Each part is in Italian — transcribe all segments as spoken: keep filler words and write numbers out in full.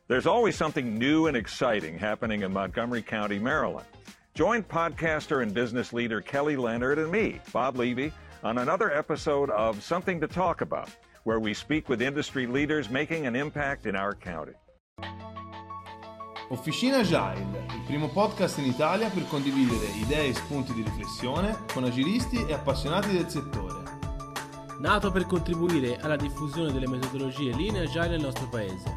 There's always something new and exciting happening in Montgomery County, Maryland. Join podcaster and business leader Kelly Leonard and me, Bob Levy, on another episode of Something to Talk About, where we speak with industry leaders making an impact in our county. Officina Agile, il primo podcast in Italia per condividere idee e spunti di riflessione con agilisti e appassionati del settore. Nato per contribuire alla diffusione delle metodologie Lean e Agile nel nostro paese.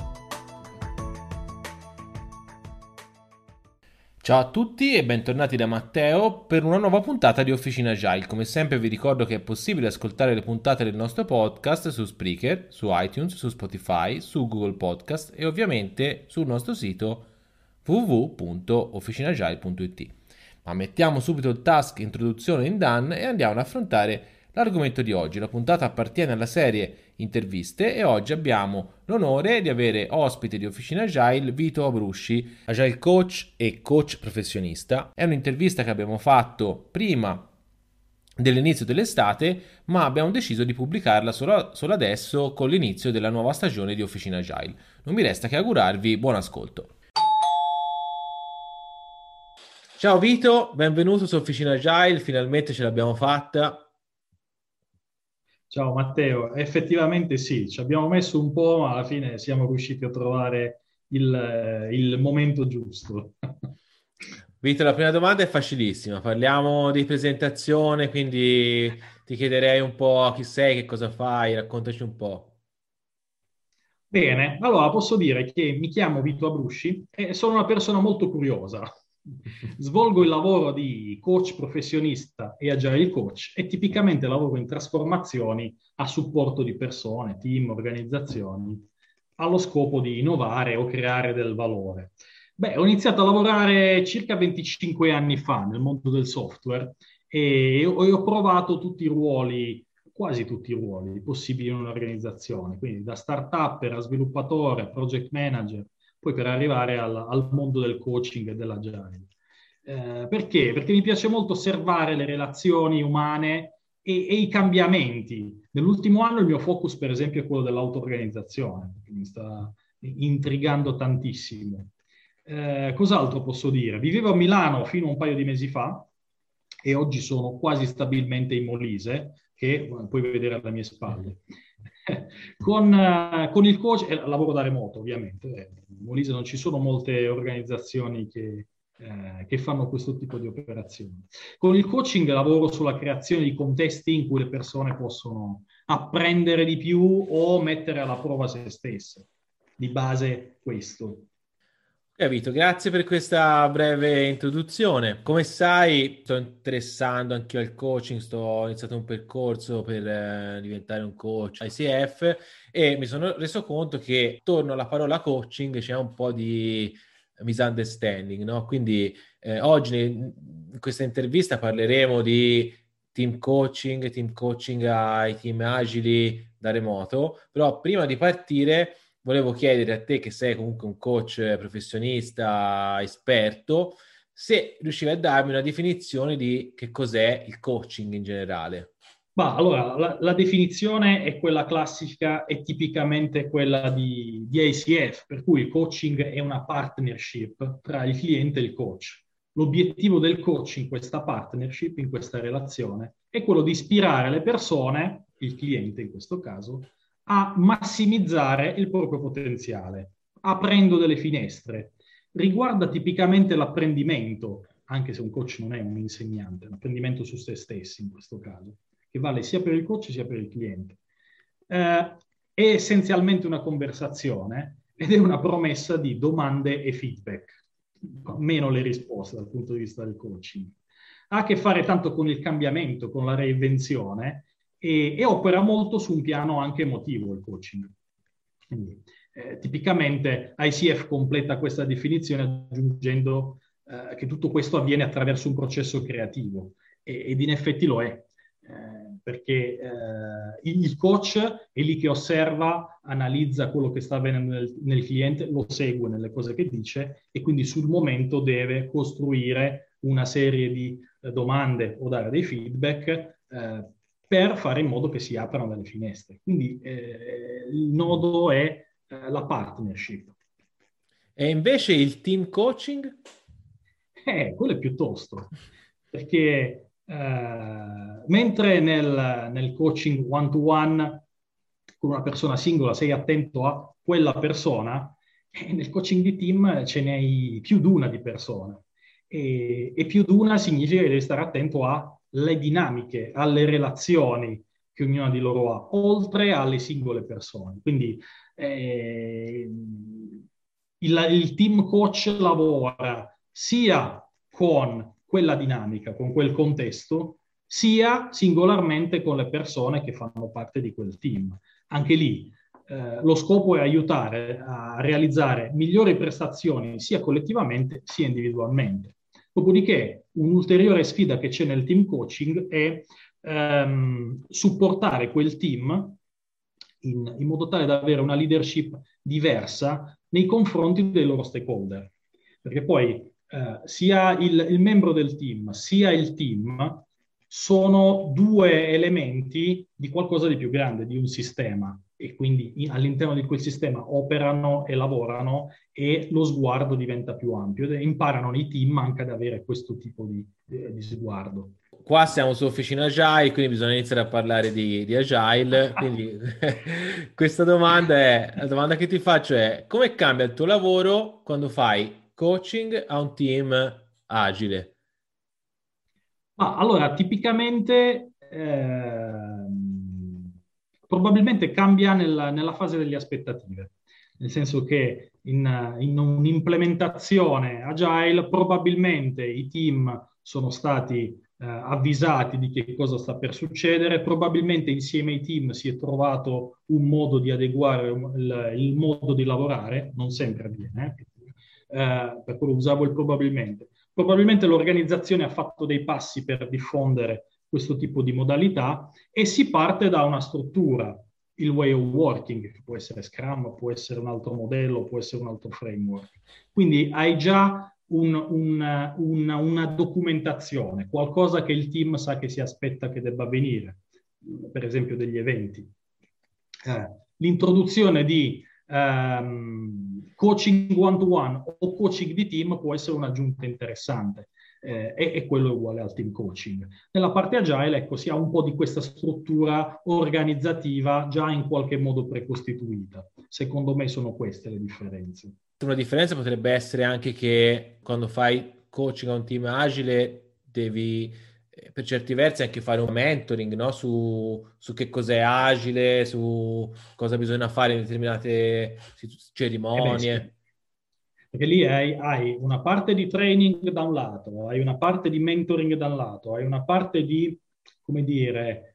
Ciao a tutti e bentornati da Matteo per una nuova puntata di Officina Agile. Come sempre vi ricordo che è possibile ascoltare le puntate del nostro podcast su Spreaker, su iTunes, su Spotify, su Google Podcast e ovviamente sul nostro sito w w w punto officinaagile punto i t. Ma mettiamo subito il task introduzione in done e andiamo ad affrontare l'argomento di oggi. La puntata appartiene alla serie interviste e oggi abbiamo l'onore di avere ospite di Officina Agile Vito Abrusci, Agile Coach e coach professionista. È un'intervista che abbiamo fatto prima dell'inizio dell'estate, ma abbiamo deciso di pubblicarla solo, solo adesso con l'inizio della nuova stagione di Officina Agile. Non mi resta che augurarvi buon ascolto. Ciao Vito, benvenuto su Officina Agile, finalmente ce l'abbiamo fatta. Ciao Matteo, effettivamente sì, ci abbiamo messo un po', ma alla fine siamo riusciti a trovare il, il momento giusto. Vito, la prima domanda è facilissima, parliamo di presentazione, quindi ti chiederei un po' chi sei, che cosa fai, raccontaci un po'. Bene, allora posso dire che mi chiamo Vito Abrusci e sono una persona molto curiosa. Svolgo il lavoro di coach professionista e agile coach e tipicamente lavoro in trasformazioni a supporto di persone, team, organizzazioni, allo scopo di innovare o creare del valore. Beh, ho iniziato a lavorare circa venticinque anni fa nel mondo del software e ho provato tutti i ruoli, quasi tutti i ruoli possibili in un'organizzazione, quindi da start-upper a sviluppatore, project manager, poi per arrivare al, al mondo del coaching e dell'agile. Eh, perché? Perché mi piace molto osservare le relazioni umane e, e i cambiamenti. Nell'ultimo anno il mio focus, per esempio, è quello dell'auto-organizzazione, che mi sta intrigando tantissimo. Eh, cos'altro posso dire? Vivevo a Milano fino a un paio di mesi fa e oggi sono quasi stabilmente in Molise, che puoi vedere alle mie spalle. Con, uh, con il coach, eh, lavoro da remoto ovviamente, eh, in Molise non ci sono molte organizzazioni che, eh, che fanno questo tipo di operazioni. Con il coaching lavoro sulla creazione di contesti in cui le persone possono apprendere di più o mettere alla prova se stesse. Di base questo. Capito, grazie per questa breve introduzione. Come sai, sto interessando anche io al coaching, sto ho iniziato un percorso per eh, diventare un coach I C F e mi sono reso conto che attorno alla parola coaching c'è un po' di misunderstanding, no? Quindi eh, oggi in questa intervista parleremo di team coaching, team coaching ai team agili da remoto, però prima di partire volevo chiedere a te, che sei comunque un coach professionista, esperto, se riuscivi a darmi una definizione di che cos'è il coaching in generale. Ma allora, la, la definizione è quella classica e tipicamente quella di, di I C F, per cui il coaching è una partnership tra il cliente e il coach. L'obiettivo del coach in questa partnership, in questa relazione, è quello di ispirare le persone, il cliente in questo caso, a massimizzare il proprio potenziale, aprendo delle finestre. Riguarda tipicamente l'apprendimento, anche se un coach non è un insegnante, l'apprendimento su se stessi in questo caso, che vale sia per il coach sia per il cliente. Eh, è essenzialmente una conversazione ed è una promessa di domande e feedback, meno le risposte dal punto di vista del coaching. Ha a che fare tanto con il cambiamento, con la reinvenzione, E, e opera molto su un piano anche emotivo il coaching. Quindi, eh, tipicamente I C F completa questa definizione aggiungendo eh, che tutto questo avviene attraverso un processo creativo e, ed in effetti lo è, eh, perché eh, il coach è lì che osserva, analizza quello che sta avvenendo nel, nel cliente, lo segue nelle cose che dice e quindi sul momento deve costruire una serie di eh, domande o dare dei feedback eh, per fare in modo che si aprano delle finestre. Quindi eh, il nodo è eh, la partnership. E invece il team coaching? Eh, quello è piuttosto, perché eh, mentre nel, nel coaching one-to-one con una persona singola sei attento a quella persona, e nel coaching di team ce ne hai più di una di persone. E, e più di una significa che devi stare attento alle dinamiche, alle relazioni che ognuna di loro ha, oltre alle singole persone. Quindi eh, il, il team coach lavora sia con quella dinamica, con quel contesto, sia singolarmente con le persone che fanno parte di quel team. Anche lì eh, lo scopo è aiutare a realizzare migliori prestazioni sia collettivamente sia individualmente. Dopodiché, un'ulteriore sfida che c'è nel team coaching è ehm, supportare quel team in, in modo tale da avere una leadership diversa nei confronti dei loro stakeholder. Perché poi eh, sia il, il membro del team sia il team sono due elementi di qualcosa di più grande, di un sistema, e quindi in, all'interno di quel sistema operano e lavorano e lo sguardo diventa più ampio e imparano i team anche ad avere questo tipo di, di, di sguardo. Qua siamo su Officina Agile, quindi bisogna iniziare a parlare di, di Agile. Quindi questa domanda è, la domanda che ti faccio è: come cambia il tuo lavoro quando fai coaching a un team agile? Ma allora, tipicamente, ehm, probabilmente cambia nella, nella fase delle aspettative, nel senso che in, in un'implementazione agile probabilmente i team sono stati eh, avvisati di che cosa sta per succedere, probabilmente insieme ai team si è trovato un modo di adeguare il, il modo di lavorare, non sempre avviene, eh, eh, per quello usavo il probabilmente. Probabilmente l'organizzazione ha fatto dei passi per diffondere questo tipo di modalità e si parte da una struttura, il way of working, che può essere Scrum, può essere un altro modello, può essere un altro framework. Quindi hai già un, un, una, una documentazione, qualcosa che il team sa che si aspetta che debba avvenire, per esempio degli eventi. Eh, l'introduzione di Um, coaching one-to-one o coaching di team può essere un'aggiunta interessante eh, e, e quello è uguale al team coaching. Nella parte agile, ecco, si ha un po' di questa struttura organizzativa già in qualche modo precostituita. Secondo me sono queste le differenze. Una differenza potrebbe essere anche che quando fai coaching a un team agile devi per certi versi anche fare un mentoring, no? su, su che cos'è agile, su cosa bisogna fare in determinate cerimonie. Eh beh, sì. Perché lì hai, hai una parte di training da un lato, hai una parte di mentoring da un lato, hai una parte di, come dire,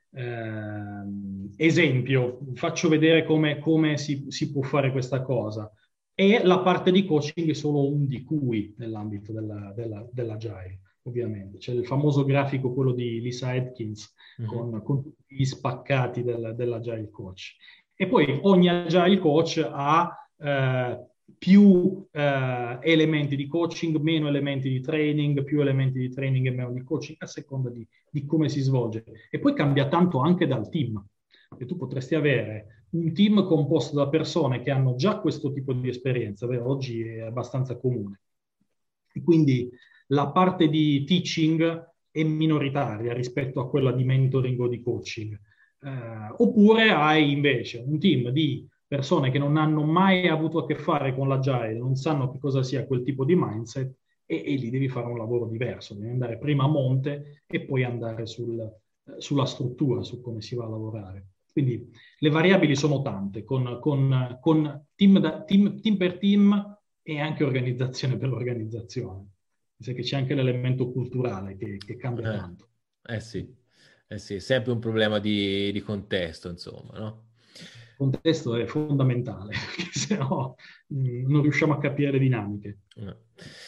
eh, esempio, faccio vedere come, come si, si può fare questa cosa. E la parte di coaching è solo un di cui nell'ambito della, della, dell'agile. Ovviamente c'è il famoso grafico, quello di Lisa Atkins, mm-hmm. con, con tutti gli spaccati del, dell'agile coach. E poi ogni agile coach ha eh, più eh, elementi di coaching, meno elementi di training, più elementi di training e meno di coaching, a seconda di, di come si svolge. E poi cambia tanto anche dal team. Perché tu potresti avere un team composto da persone che hanno già questo tipo di esperienza, beh, oggi è abbastanza comune. E quindi la parte di teaching è minoritaria rispetto a quella di mentoring o di coaching. Eh, oppure hai invece un team di persone che non hanno mai avuto a che fare con l'agile, non sanno che cosa sia quel tipo di mindset e, e lì devi fare un lavoro diverso, devi andare prima a monte e poi andare sul, eh, sulla struttura, su come si va a lavorare. Quindi le variabili sono tante, con, con, con team, da, team, team per team e anche organizzazione per organizzazione. Sai che c'è anche l'elemento culturale che, che cambia eh, tanto. Eh sì, eh sì, è sempre un problema di, di contesto, insomma, no? Il contesto è fondamentale, perché sennò mh, non riusciamo a capire le dinamiche. No.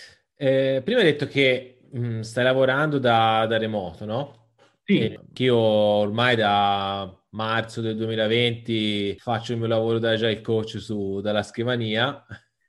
Eh, prima hai detto che mh, stai lavorando da, da remoto, no? Sì. Che io ormai da marzo del duemilaventi faccio il mio lavoro da agile coach su, dalla scrivania.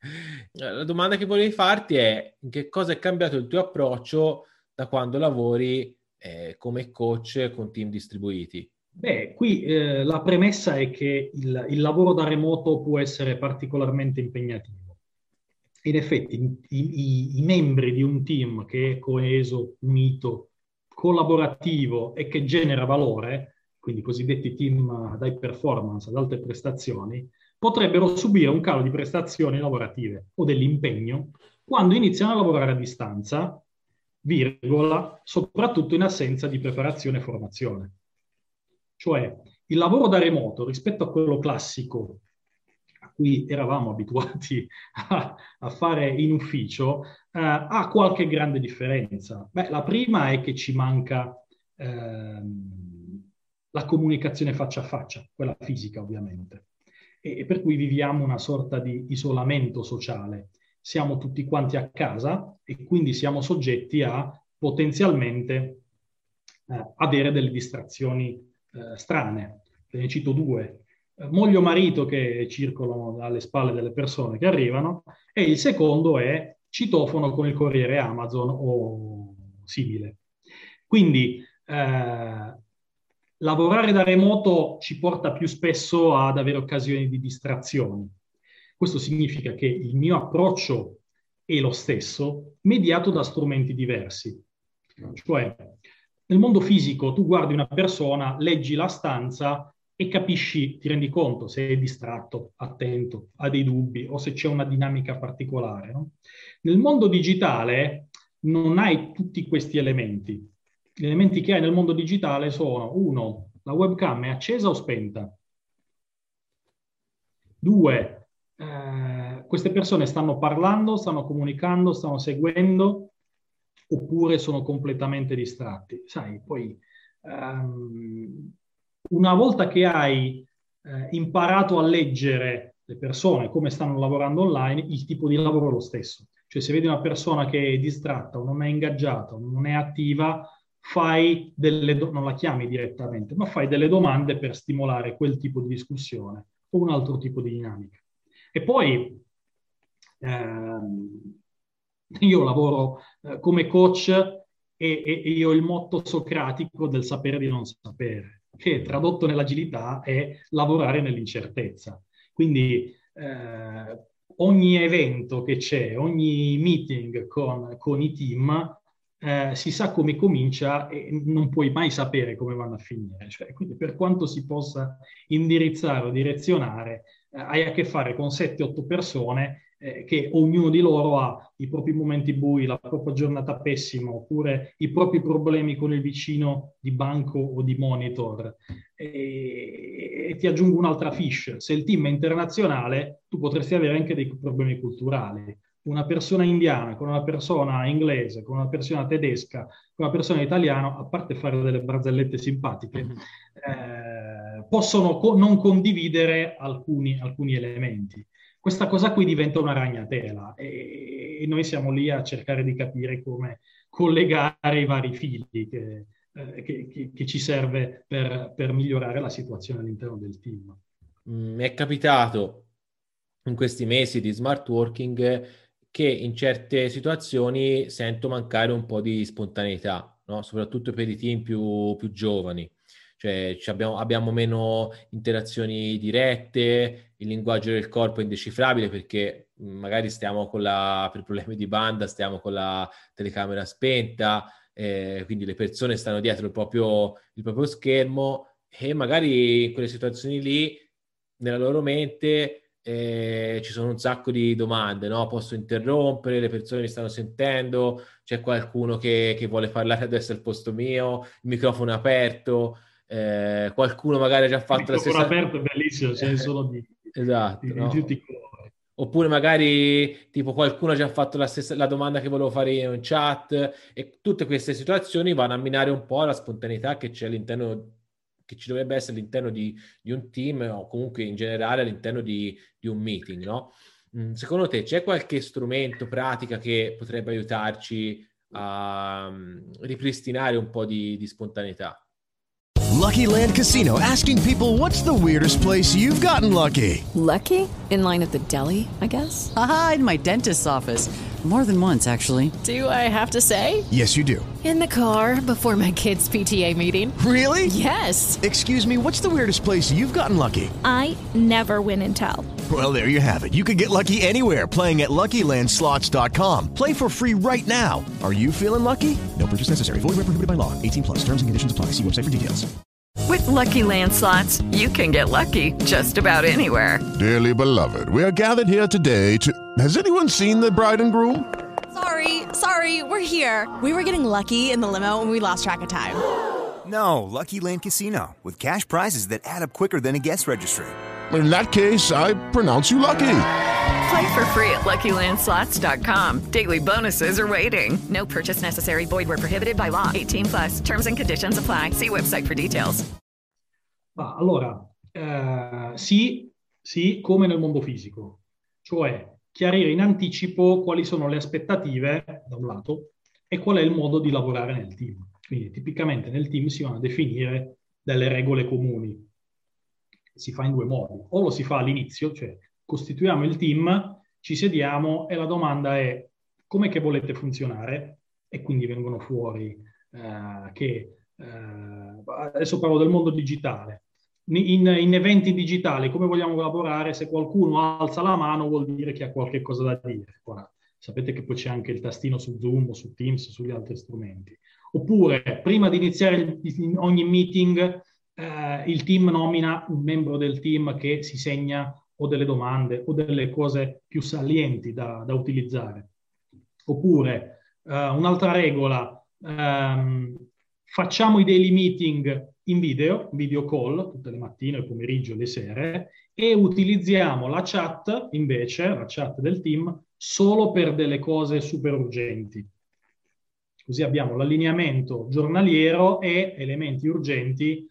La domanda che volevo farti è: in che cosa è cambiato il tuo approccio da quando lavori eh, come coach con team distribuiti? Beh, qui eh, la premessa è che il, il lavoro da remoto può essere particolarmente impegnativo. in effetti i, i, i membri di un team che è coeso, unito, collaborativo e che genera valore, quindi i cosiddetti team ad high performance, ad alte prestazioni, potrebbero subire un calo di prestazioni lavorative o dell'impegno quando iniziano a lavorare a distanza, virgola, soprattutto in assenza di preparazione e formazione. Cioè, il lavoro da remoto rispetto a quello classico a cui eravamo abituati a, a fare in ufficio, eh, ha qualche grande differenza. Beh, la prima è che ci manca ehm, la comunicazione faccia a faccia, quella fisica ovviamente, e, e per cui viviamo una sorta di isolamento sociale. Siamo tutti quanti a casa e quindi siamo soggetti a potenzialmente eh, avere delle distrazioni eh, strane. Ne cito due. Moglie o marito che circolano alle spalle delle persone che arrivano, e il secondo è citofono con il corriere Amazon o simile. Quindi eh, lavorare da remoto ci porta più spesso ad avere occasioni di distrazioni. Questo significa che il mio approccio è lo stesso, mediato da strumenti diversi. Cioè, nel mondo fisico tu guardi una persona, leggi la stanza e capisci, ti rendi conto se è distratto, attento, ha dei dubbi o se c'è una dinamica particolare, no? Nel mondo digitale non hai tutti questi elementi. Gli elementi che hai nel mondo digitale sono: uno, la webcam è accesa o spenta? Due, eh, queste persone stanno parlando, stanno comunicando, stanno seguendo, oppure sono completamente distratti? Sai, poi um, una volta che hai eh, imparato a leggere le persone, come stanno lavorando online, il tipo di lavoro è lo stesso. Cioè, se vedi una persona che è distratta o non è ingaggiata o non è attiva, fai delle do- non la chiami direttamente, ma fai delle domande per stimolare quel tipo di discussione o un altro tipo di dinamica. E poi ehm, io lavoro eh, come coach e, e, e io ho il motto socratico del sapere di non sapere, che tradotto nell'agilità è lavorare nell'incertezza. Quindi eh, ogni evento che c'è, ogni meeting con, con i team, eh, si sa come comincia e non puoi mai sapere come vanno a finire. Cioè, quindi per quanto si possa indirizzare o direzionare, eh, hai a che fare con sette otto persone eh, che ognuno di loro ha i propri momenti bui, la propria giornata pessima, oppure i propri problemi con il vicino di banco o di monitor. E, e ti aggiungo un'altra fiche: se il team è internazionale, tu potresti avere anche dei problemi culturali. Una persona indiana con una persona inglese, con una persona tedesca, con una persona italiana, a parte fare delle barzellette simpatiche, eh, possono co- non condividere alcuni, alcuni elementi. Questa cosa qui diventa una ragnatela e, e noi siamo lì a cercare di capire come collegare i vari fili che, eh, che, che, che ci serve per, per migliorare la situazione all'interno del team. Mi è capitato in questi mesi di smart working che in certe situazioni sento mancare un po' di spontaneità, no? Soprattutto per i team più, più giovani. Cioè abbiamo, abbiamo meno interazioni dirette, il linguaggio del corpo è indecifrabile perché magari stiamo con la, per problemi di banda, stiamo con la telecamera spenta, eh, quindi le persone stanno dietro il proprio, il proprio schermo e magari in quelle situazioni lì, nella loro mente, eh, ci sono un sacco di domande, no? Posso interrompere, le persone mi stanno sentendo, c'è qualcuno che, che vuole parlare adesso al posto mio, il microfono è aperto. Eh, qualcuno magari ha già fatto la stessa... aperto è bellissimo, ce ne sono di, esatto, di, no? di tutti i colori. Oppure magari tipo qualcuno ha già fatto la stessa la domanda che volevo fare io in chat, e tutte queste situazioni vanno a minare un po' la spontaneità che c'è all'interno, che ci dovrebbe essere all'interno di, di un team o comunque in generale all'interno di, di un meeting, no? Mm, secondo te c'è qualche strumento, pratica che potrebbe aiutarci a um, ripristinare un po' di, di spontaneità? Lucky Land Casino, asking people, what's the weirdest place you've gotten lucky? Lucky? In line at the deli, I guess? Aha, in my dentist's office. More than once, actually. Do I have to say? Yes, you do. In the car before my kids' P T A meeting. Really? Yes. Excuse me, what's the weirdest place you've gotten lucky? I never win and tell. Well, there you have it. You can get lucky anywhere, playing at Lucky Land Slots dot com. Play for free right now. Are you feeling lucky? No purchase necessary. Void where prohibited by law. eighteen plus. Terms and conditions apply. See website for details. With Lucky Land Slots, you can get lucky just about anywhere. Dearly beloved, we are gathered here today to... Has anyone seen the bride and groom? Sorry, sorry, we're here. We were getting lucky in the limo and we lost track of time. No, Lucky Land Casino, with cash prizes that add up quicker than a guest registry. In that case, I pronounce you lucky. Play for free at Lucky Land Slots dot com. Daily bonuses are waiting. No purchase necessary. Void where prohibited by law. eighteen plus. Terms and conditions apply. See website for details. Ma allora, eh, sì, sì, come nel mondo fisico. Cioè, chiarire in anticipo quali sono le aspettative, da un lato, e qual è il modo di lavorare nel team. Quindi, tipicamente nel team si vanno a definire delle regole comuni. Si fa in due modi. O lo si fa all'inizio, cioè costituiamo il team, ci sediamo e la domanda è come che volete funzionare? E quindi vengono fuori eh, che, eh, adesso parlo del mondo digitale, in, in eventi digitali come vogliamo collaborare? Se qualcuno alza la mano vuol dire che ha qualche cosa da dire. Ora, sapete che poi c'è anche il tastino su Zoom o su Teams, sugli altri strumenti. Oppure, prima di iniziare il, ogni meeting, eh, il team nomina un membro del team che si segna o delle domande o delle cose più salienti da, da utilizzare. Oppure, uh, un'altra regola, um, facciamo i daily meeting in video, video call, tutte le mattine, il pomeriggio, le sere, e utilizziamo la chat, invece, la chat del team, solo per delle cose super urgenti. Così abbiamo l'allineamento giornaliero e elementi urgenti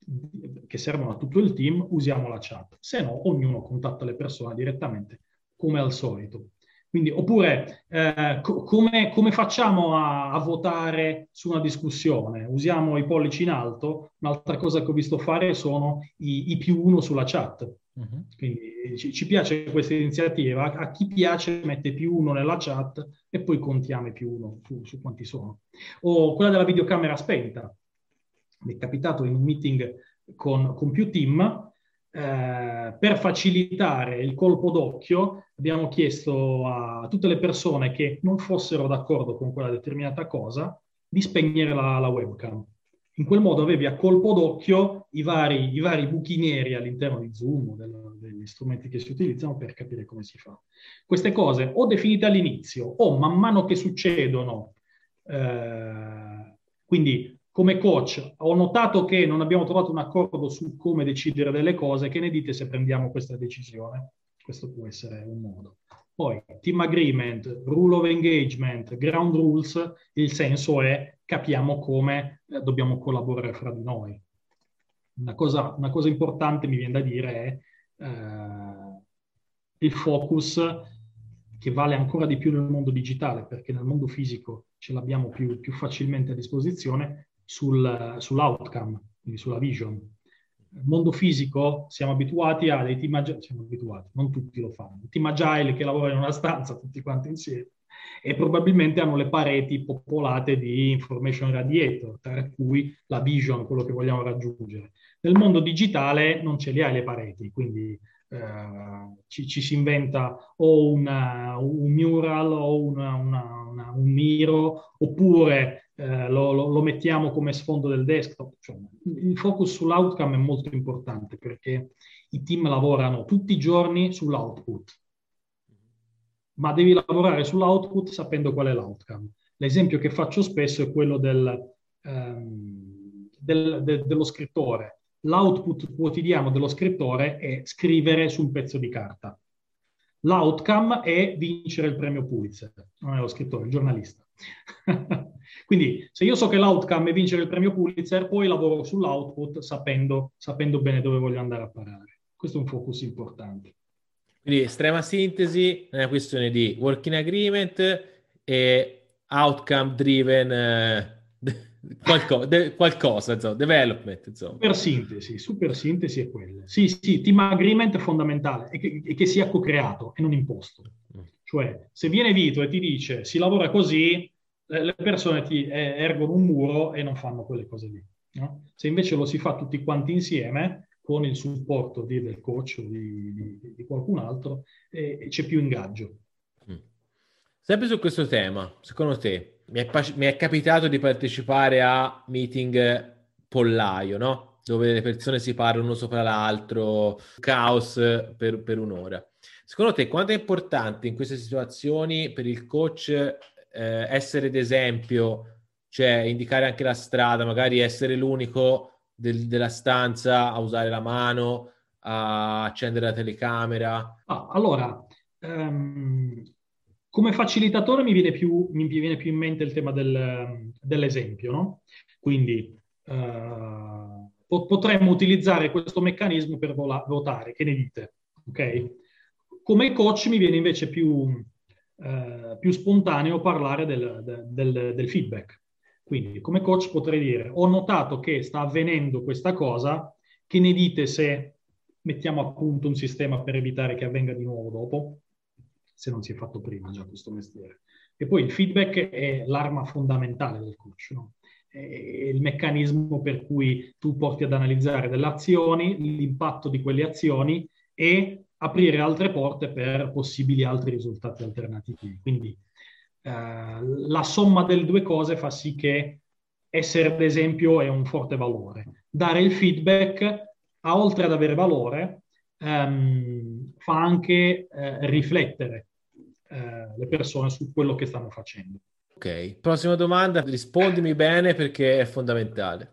che servono a tutto il team, usiamo la chat. Se no, ognuno contatta le persone direttamente, come al solito. Quindi, oppure, eh, co- come, come facciamo a, a votare su una discussione? Usiamo i pollici in alto. Un'altra cosa che ho visto fare sono i, i più uno sulla chat. Uh-huh. Quindi ci, ci piace questa iniziativa. A chi piace mette più uno nella chat e poi contiamo i più uno su, su quanti sono. O quella della videocamera spenta. Mi è capitato in un meeting con, con più team, eh, per facilitare il colpo d'occhio abbiamo chiesto a tutte le persone che non fossero d'accordo con quella determinata cosa di spegnere la, la webcam. In quel modo avevi a colpo d'occhio i vari, i vari buchi neri all'interno di Zoom o del, degli strumenti che si utilizzano per capire come si fa. Queste cose o definite all'inizio o man mano che succedono, eh, quindi come coach ho notato che non abbiamo trovato un accordo su come decidere delle cose, che ne dite se prendiamo questa decisione? Questo può essere un modo. Poi team agreement, rule of engagement, ground rules, il senso è capiamo come eh, dobbiamo collaborare fra di noi. Una cosa, una cosa importante mi viene da dire è eh, il focus, che vale ancora di più nel mondo digitale, perché nel mondo fisico ce l'abbiamo più, più facilmente a disposizione, sul, sull'outcome, quindi sulla vision. Nel mondo fisico siamo abituati a dei team agile, siamo abituati, non tutti lo fanno, team agile che lavorano in una stanza tutti quanti insieme e probabilmente hanno le pareti popolate di information radiator, tra cui la vision, quello che vogliamo raggiungere. Nel mondo digitale non ce li hai le pareti, quindi eh, ci, ci si inventa o una, un mural o una, una, una, un miro, oppure Eh, lo, lo, lo mettiamo come sfondo del desktop. Cioè, il focus sull'outcome è molto importante perché i team lavorano tutti i giorni sull'output, ma devi lavorare sull'output sapendo qual è l'outcome. L'esempio che faccio spesso è quello del, ehm, del, de, dello scrittore. L'output quotidiano dello scrittore è scrivere su un pezzo di carta. L'outcome è vincere il premio Pulitzer, non è lo scrittore, è il giornalista. Quindi se io so che l'outcome è vincere il premio Pulitzer, poi lavoro sull'output sapendo, sapendo bene dove voglio andare a parare. Questo è un focus importante. Quindi estrema sintesi, è una questione di working agreement e outcome driven eh, qualco, de, qualcosa, insomma, development. Insomma. Super sintesi, super sintesi è quella. Sì, sì, team agreement è fondamentale e che, e che sia co-creato e non imposto. Cioè, se viene Vito e ti dice si lavora così, le persone ti ergono un muro e non fanno quelle cose lì. No? Se invece lo si fa tutti quanti insieme, con il supporto di, del coach o di, di, di qualcun altro, eh, c'è più ingaggio. Mm. Sempre su questo tema, secondo te, mi è, mi è capitato di partecipare a meeting pollaio, no? Dove le persone si parlano uno sopra l'altro, caos per, per un'ora. Secondo te, quanto è importante in queste situazioni per il coach eh, essere d'esempio, cioè indicare anche la strada, magari essere l'unico del, della stanza a usare la mano, a accendere la telecamera? Ah, allora, um, come facilitatore mi viene più, mi viene più in mente il tema del, dell'esempio, no? Quindi uh, potremmo utilizzare questo meccanismo per vola- votare, che ne dite? Ok? Come coach mi viene invece più, uh, più spontaneo parlare del, del, del feedback. Quindi come coach potrei dire, ho notato che sta avvenendo questa cosa, che ne dite se mettiamo a punto un sistema per evitare che avvenga di nuovo dopo, se non si è fatto prima già questo mestiere. E poi il feedback è l'arma fondamentale del coach, no? È il meccanismo per cui tu porti ad analizzare delle azioni, l'impatto di quelle azioni e aprire altre porte per possibili altri risultati alternativi. Quindi eh, la somma delle due cose fa sì che essere ad esempio è un forte valore. Dare il feedback, a, oltre ad avere valore, ehm, fa anche eh, riflettere eh, le persone su quello che stanno facendo. Ok, prossima domanda, rispondimi bene perché è fondamentale.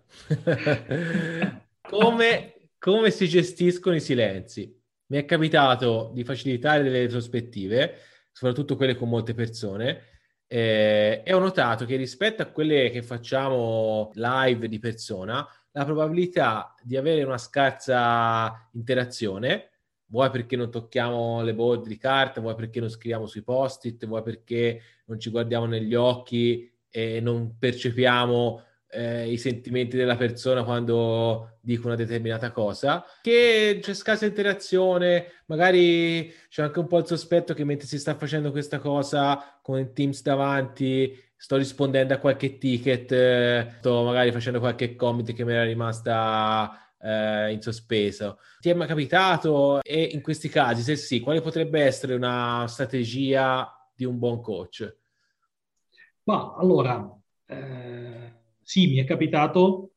come, come si gestiscono i silenzi? Mi è capitato di facilitare delle retrospettive, soprattutto quelle con molte persone, eh, e ho notato che rispetto a quelle che facciamo live di persona, la probabilità di avere una scarsa interazione, vuoi perché non tocchiamo le board di carta, vuoi perché non scriviamo sui post-it, vuoi perché non ci guardiamo negli occhi e non percepiamo eh, i sentimenti della persona quando dico una determinata cosa, che c'è scarsa interazione, magari c'è anche un po' il sospetto che mentre si sta facendo questa cosa con il Teams davanti sto rispondendo a qualche ticket, eh, sto magari facendo qualche comment che mi era rimasta eh, in sospeso. Ti è mai capitato? E in questi casi, se sì, quale potrebbe essere una strategia di un buon coach? Ma allora, eh, sì, mi è capitato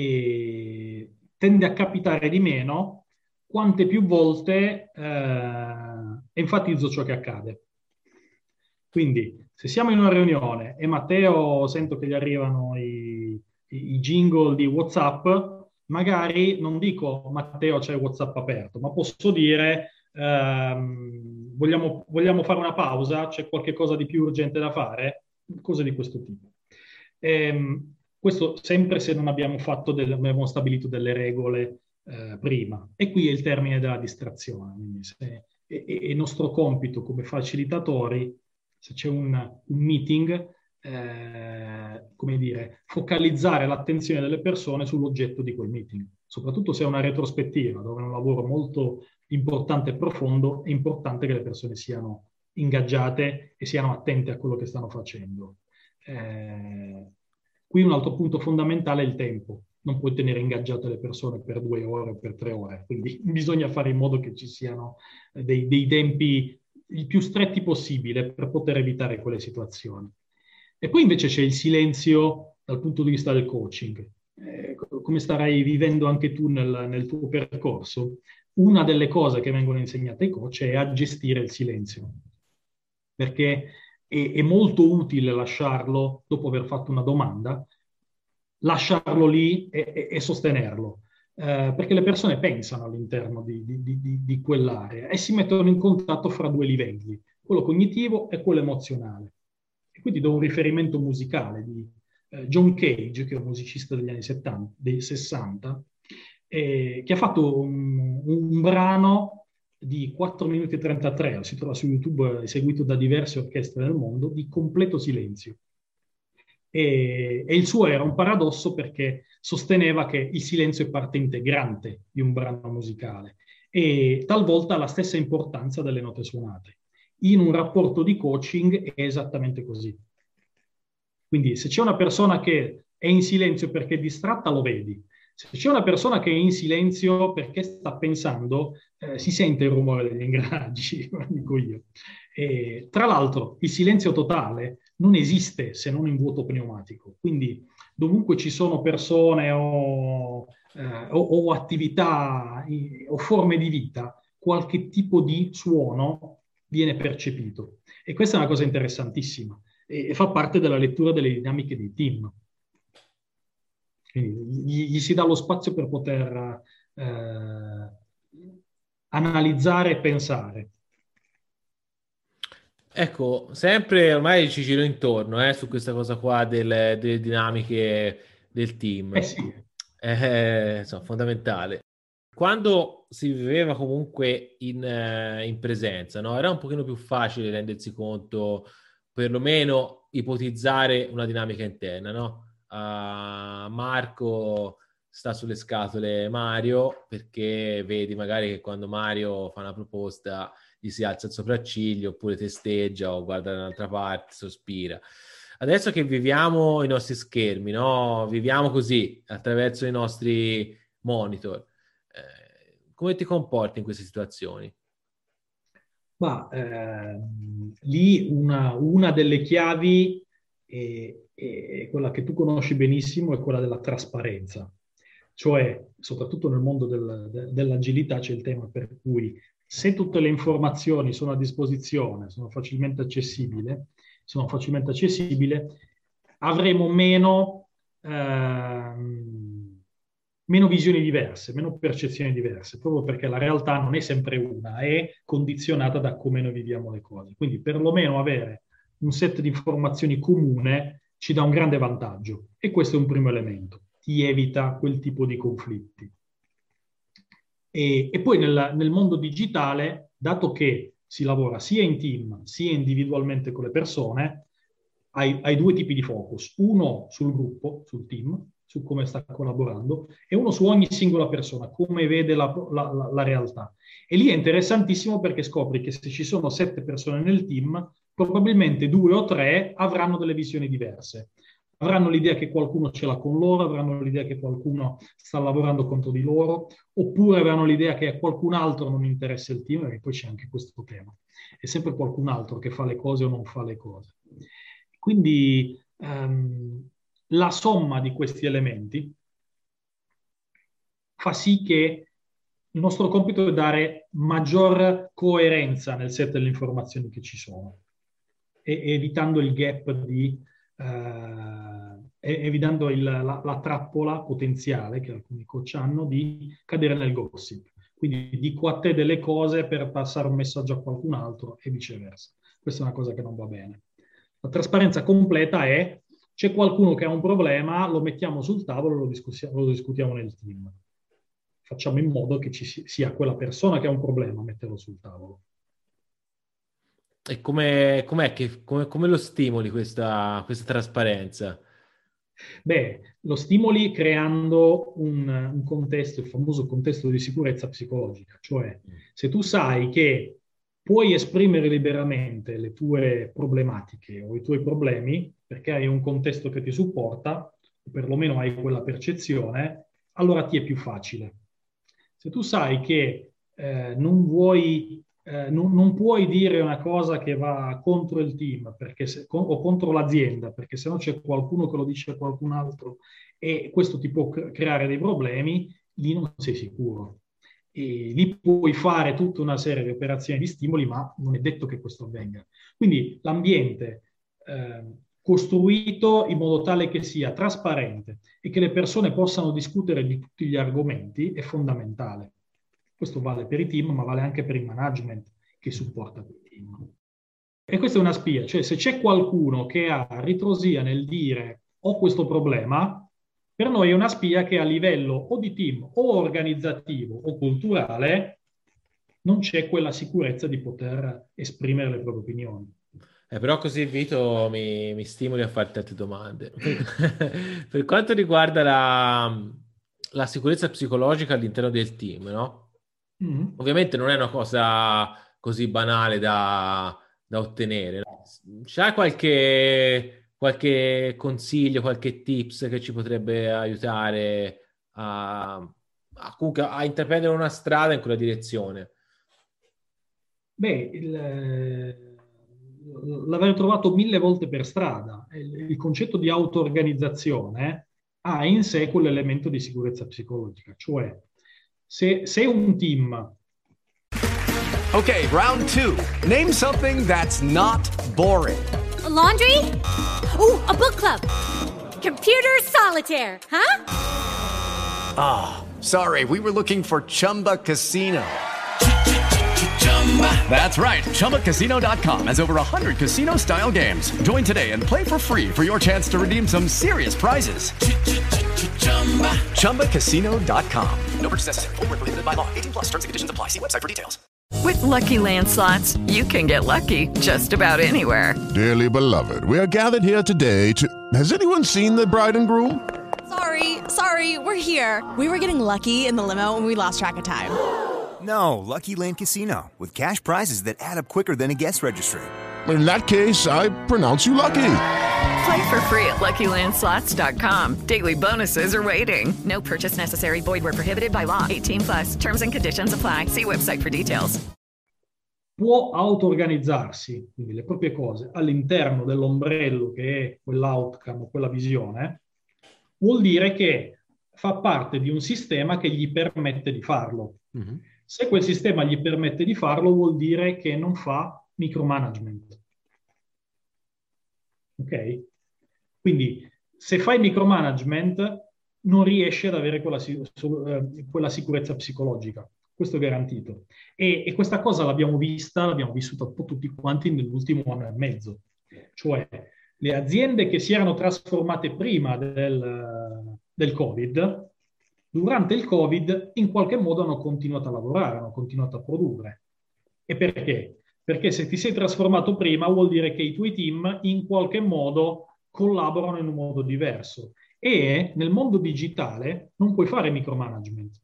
e tende a capitare di meno quante più volte eh, enfatizzo ciò che accade. Quindi, se siamo in una riunione e Matteo sento che gli arrivano i, i, i jingle di WhatsApp, magari non dico Matteo c'è WhatsApp aperto, ma posso dire ehm, vogliamo, vogliamo fare una pausa, c'è qualche cosa di più urgente da fare, cose di questo tipo. Ehm, questo sempre se non abbiamo fatto del, abbiamo stabilito delle regole eh, prima. E qui è il termine della distrazione. Quindi se, è, è nostro compito come facilitatori, se c'è un, un meeting, eh, come dire, focalizzare l'attenzione delle persone sull'oggetto di quel meeting. Soprattutto se è una retrospettiva, dove è un lavoro molto importante e profondo, è importante che le persone siano ingaggiate e siano attente a quello che stanno facendo. Eh, qui un altro punto fondamentale è il tempo. Non puoi tenere ingaggiate le persone per due ore o per tre ore, quindi bisogna fare in modo che ci siano dei, dei tempi il più stretti possibile per poter evitare quelle situazioni. E poi invece c'è il silenzio dal punto di vista del coaching. Eh, come starai vivendo anche tu nel, nel tuo percorso, una delle cose che vengono insegnate ai coach è a gestire il silenzio, perché è, è molto utile lasciarlo, dopo aver fatto una domanda, lasciarlo lì e, e, e sostenerlo, eh, perché le persone pensano all'interno di, di, di, di quell'area e si mettono in contatto fra due livelli, quello cognitivo e quello emozionale. E quindi do un riferimento musicale di eh, John Cage, che è un musicista degli anni settanta, dei sessanta, eh, che ha fatto un, un brano di quattro minuti e trentatré, si trova su YouTube, eseguito da diverse orchestre del mondo, di completo silenzio. E, e il suo era un paradosso perché sosteneva che il silenzio è parte integrante di un brano musicale e talvolta ha la stessa importanza delle note suonate. in un rapporto di coaching è esattamente così. Quindi se c'è una persona che è in silenzio perché è distratta, lo vedi. Se c'è una persona che è in silenzio perché sta pensando, eh, si sente il rumore degli ingranaggi, dico io. E, tra l'altro, il silenzio totale non esiste se non in vuoto pneumatico. Quindi dovunque ci sono persone o, eh, o, o attività i, o forme di vita, qualche tipo di suono viene percepito. E questa è una cosa interessantissima e, e fa parte della lettura delle dinamiche dei team. Quindi gli, gli si dà lo spazio per poter eh, analizzare e pensare. Ecco, sempre ormai ci giro intorno eh, su questa cosa qua delle, delle dinamiche del team. Eh sì. Eh, insomma, fondamentale. Quando si viveva comunque in, eh, in presenza, no? Era un pochino più facile rendersi conto, perlomeno ipotizzare una dinamica interna, no? Uh, Marco sta sulle scatole Mario perché vedi magari che quando Mario fa una proposta gli si alza il sopracciglio oppure testeggia o guarda da un'altra parte, sospira. Adesso che viviamo i nostri schermi, no? Viviamo così attraverso i nostri monitor, eh, come ti comporti in queste situazioni? Ma eh, lì una, una delle chiavi è, è quella che tu conosci benissimo, è quella della trasparenza. Cioè, soprattutto nel mondo del, de, dell'agilità c'è il tema per cui se tutte le informazioni sono a disposizione, sono facilmente accessibili, sono facilmente accessibili, avremo meno, ehm, meno visioni diverse, meno percezioni diverse, proprio perché la realtà non è sempre una, è condizionata da come noi viviamo le cose. Quindi perlomeno avere un set di informazioni comune ci dà un grande vantaggio e questo è un primo elemento, ti evita quel tipo di conflitti. E, e poi nel, nel mondo digitale, dato che si lavora sia in team sia individualmente con le persone, hai, hai due tipi di focus, uno sul gruppo, sul team, su come sta collaborando, e uno su ogni singola persona, come vede la, la, la, la realtà. E lì è interessantissimo perché scopri che se ci sono sette persone nel team, probabilmente due o tre avranno delle visioni diverse. Avranno l'idea che qualcuno ce l'ha con loro, avranno l'idea che qualcuno sta lavorando contro di loro, oppure avranno l'idea che a qualcun altro non interessa il team, perché poi c'è anche questo tema. È sempre qualcun altro che fa le cose o non fa le cose. Quindi um, la somma di questi elementi fa sì che il nostro compito è dare maggior coerenza nel set delle informazioni che ci sono, e, evitando il gap di... Uh, evitando il, la, la trappola potenziale che alcuni coach hanno di cadere nel gossip. Quindi dico a te delle cose per passare un messaggio a qualcun altro e viceversa. Questa è una cosa che non va bene. La trasparenza completa è: c'è qualcuno che ha un problema, lo mettiamo sul tavolo e lo discutiamo, lo discutiamo nel team. Facciamo in modo che ci sia quella persona che ha un problema a metterlo sul tavolo. E come, com'è che, come, come lo stimoli questa, questa trasparenza? Beh, lo stimoli creando un, un contesto, il famoso contesto di sicurezza psicologica. Cioè, se tu sai che puoi esprimere liberamente le tue problematiche o i tuoi problemi, perché hai un contesto che ti supporta, o perlomeno hai quella percezione, allora ti è più facile. Se tu sai che eh, non vuoi... Eh, non, non puoi dire una cosa che va contro il team perché se, con, o contro l'azienda, perché se no c'è qualcuno che lo dice a qualcun altro e questo ti può cre- creare dei problemi, lì non sei sicuro. E lì puoi fare tutta una serie di operazioni di stimoli, ma non è detto che questo avvenga. Quindi l'ambiente eh, costruito in modo tale che sia trasparente e che le persone possano discutere di tutti gli argomenti è fondamentale. Questo vale per i team, ma vale anche per il management che supporta quei team. E questa è una spia, cioè se c'è qualcuno che ha ritrosia nel dire ho questo problema, per noi è una spia che a livello o di team o organizzativo o culturale non c'è quella sicurezza di poter esprimere le proprie opinioni. Eh, però così Vito mi, mi stimoli a farti altre domande. Per quanto riguarda la, la sicurezza psicologica all'interno del team, no? Mm-hmm. Ovviamente non è una cosa così banale da, da ottenere. C'è qualche, qualche consiglio, qualche tips che ci potrebbe aiutare a, a, comunque a intraprendere una strada in quella direzione? Beh, il, l'aver trovato mille volte per strada, il, il concetto di auto-organizzazione ha in sé quell'elemento di sicurezza psicologica, cioè se, se un team... Ok, round two. Name something that's not boring. A laundry? Ooh, a book club. Computer solitaire, huh? Ah, oh, sorry, we were looking for Chumba Casino. That's right. Chumba Casino dot com has over one hundred casino-style games. Join today and play for free for your chance to redeem some serious prizes. Chumba Casino dot com. No purchase necessary. Void where prohibited by law. eighteen plus terms and conditions apply. See website for details. With Lucky Land Slots, you can get lucky just about anywhere. Dearly beloved, we are gathered here today to... Has anyone seen the bride and groom? Sorry, sorry, we're here. We were getting lucky in the limo and we lost track of time. No, Lucky Land Casino, with cash prizes that add up quicker than a guest registry. In that case, I pronounce you lucky. Play for free at Lucky Land Slots dot com. Daily bonuses are waiting. No purchase necessary. Void where prohibited by law. eighteen plus. Terms and conditions apply. See website for details. Può auto-organizzarsi, quindi le proprie cose, all'interno dell'ombrello che è quell'outcome, quella visione, vuol dire che fa parte di un sistema che gli permette di farlo. Mm-hmm. Se quel sistema gli permette di farlo, vuol dire che non fa micromanagement. Ok? Quindi, se fai micromanagement, non riesci ad avere quella, quella sicurezza psicologica. Questo è garantito. E, e questa cosa l'abbiamo vista, l'abbiamo vissuta un po' tutti quanti nell'ultimo anno e mezzo. Cioè, le aziende che si erano trasformate prima del, del Covid, durante il Covid, in qualche modo hanno continuato a lavorare, hanno continuato a produrre. E perché? Perché se ti sei trasformato prima vuol dire che i tuoi team in qualche modo collaborano in un modo diverso. E nel mondo digitale non puoi fare micromanagement.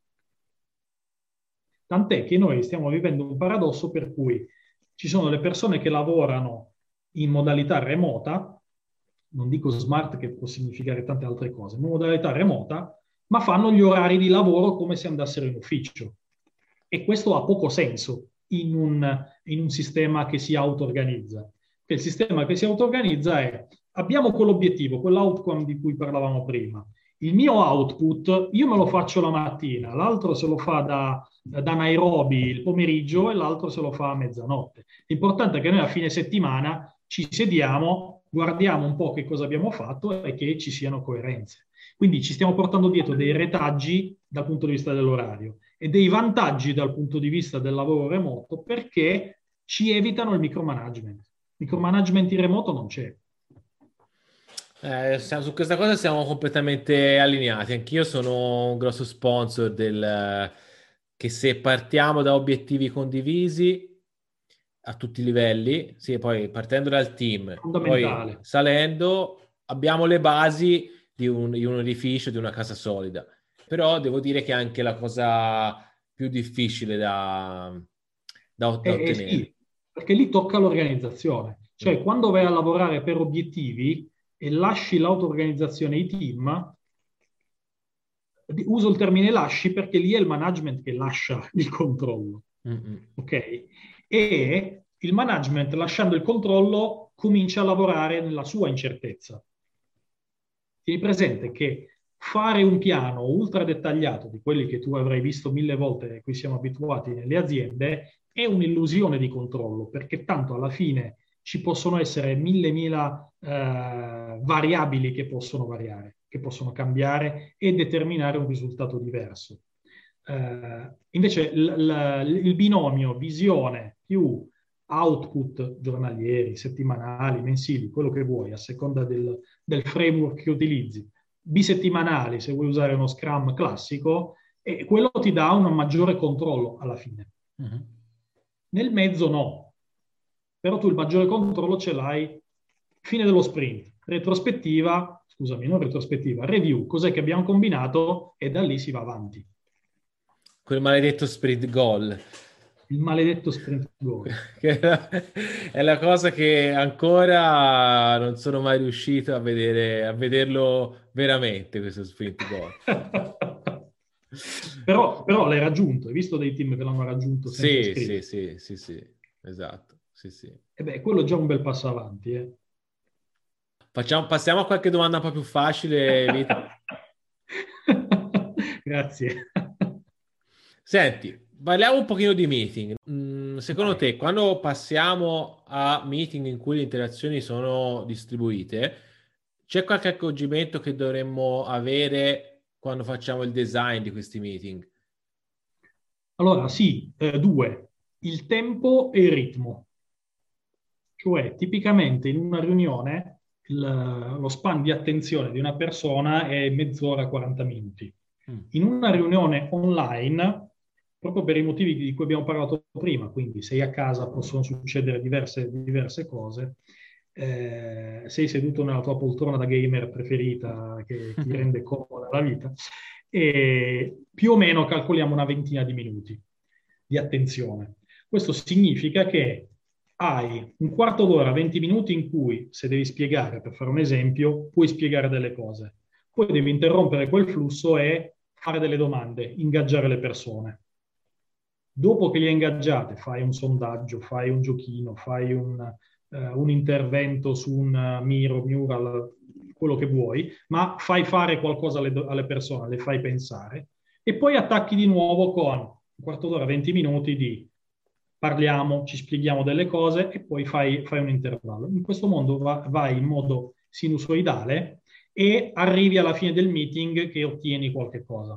Tant'è che noi stiamo vivendo un paradosso per cui ci sono le persone che lavorano in modalità remota, non dico smart che può significare tante altre cose, in modalità remota, ma fanno gli orari di lavoro come se andassero in ufficio. E questo ha poco senso in un, in un sistema che si auto-organizza. Perché il sistema che si auto-organizza è: abbiamo quell'obiettivo, quell'outcome di cui parlavamo prima. Il mio output, io me lo faccio la mattina, l'altro se lo fa da, da Nairobi il pomeriggio e l'altro se lo fa a mezzanotte. L'importante è che noi a fine settimana ci sediamo, guardiamo un po' che cosa abbiamo fatto e che ci siano coerenze. Quindi ci stiamo portando dietro dei retaggi dal punto di vista dell'orario e dei vantaggi dal punto di vista del lavoro remoto, perché ci evitano il micromanagement. Micromanagement in remoto non c'è. Eh, su questa cosa siamo completamente allineati. Anch'io sono un grosso sponsor del che se partiamo da obiettivi condivisi a tutti i livelli, sì, poi partendo dal team, poi salendo, abbiamo le basi di un, di un edificio, di una casa solida. Però devo dire che è anche la cosa più difficile da, da, da eh, ottenere. Eh sì, perché lì tocca l'organizzazione. Cioè, mm. quando vai a lavorare per obiettivi e lasci l'auto-organizzazione ai team, uso il termine lasci perché lì è il management che lascia il controllo. Mm-hmm. Ok? E il management, lasciando il controllo, comincia a lavorare nella sua incertezza. Tieni presente che fare un piano ultra dettagliato di quelli che tu avrai visto mille volte e cui siamo abituati nelle aziende è un'illusione di controllo, perché tanto alla fine ci possono essere mille mila eh, variabili che possono variare, che possono cambiare e determinare un risultato diverso. Uh, invece l- l- il binomio visione più output giornalieri, settimanali, mensili, quello che vuoi, a seconda del, del framework che utilizzi, bisettimanali se vuoi usare uno Scrum classico, e quello ti dà un maggiore controllo alla fine. Uh-huh. Nel mezzo no, però tu il maggiore controllo ce l'hai fine dello sprint, retrospettiva, scusami, non retrospettiva, review, cos'è che abbiamo combinato, e da lì si va avanti. Quel maledetto sprint goal. Il maledetto sprint goal. Che è la cosa che ancora non sono mai riuscito a vedere, a vederlo veramente, questo sprint goal. però, però l'hai raggiunto, hai visto dei team che l'hanno raggiunto senza sì, scrivere? sì, sì, sì, sì, esatto. Sì, sì. E beh, quello è già un bel passo avanti. Eh. Facciamo, passiamo a qualche domanda un po' più facile, Vito. Grazie. Senti, parliamo un pochino di meeting. Mm, secondo Vai. te, quando passiamo a meeting in cui le interazioni sono distribuite, c'è qualche accorgimento che dovremmo avere quando facciamo il design di questi meeting? Allora, sì, eh, due. Il tempo e il ritmo. Cioè, tipicamente in una riunione il, lo span di attenzione di una persona è mezz'ora, quaranta minuti. Mm. In una riunione online, proprio per i motivi di cui abbiamo parlato prima, quindi sei a casa, possono succedere diverse, diverse cose, eh, sei seduto nella tua poltrona da gamer preferita che ti rende comoda la vita, e più o meno calcoliamo una ventina di minuti di attenzione. Questo significa che hai un quarto d'ora, venti minuti in cui, se devi spiegare, per fare un esempio, puoi spiegare delle cose. Poi devi interrompere quel flusso e fare delle domande, ingaggiare le persone. Dopo che le hai ingaggiate, fai un sondaggio, fai un giochino, fai un, uh, un intervento su un miro, mural, quello che vuoi, ma fai fare qualcosa alle, alle persone, le fai pensare, e poi attacchi di nuovo con un quarto d'ora, venti minuti di parliamo, ci spieghiamo delle cose e poi fai, fai un intervallo. In questo modo va, vai in modo sinusoidale e arrivi alla fine del meeting che ottieni qualche cosa.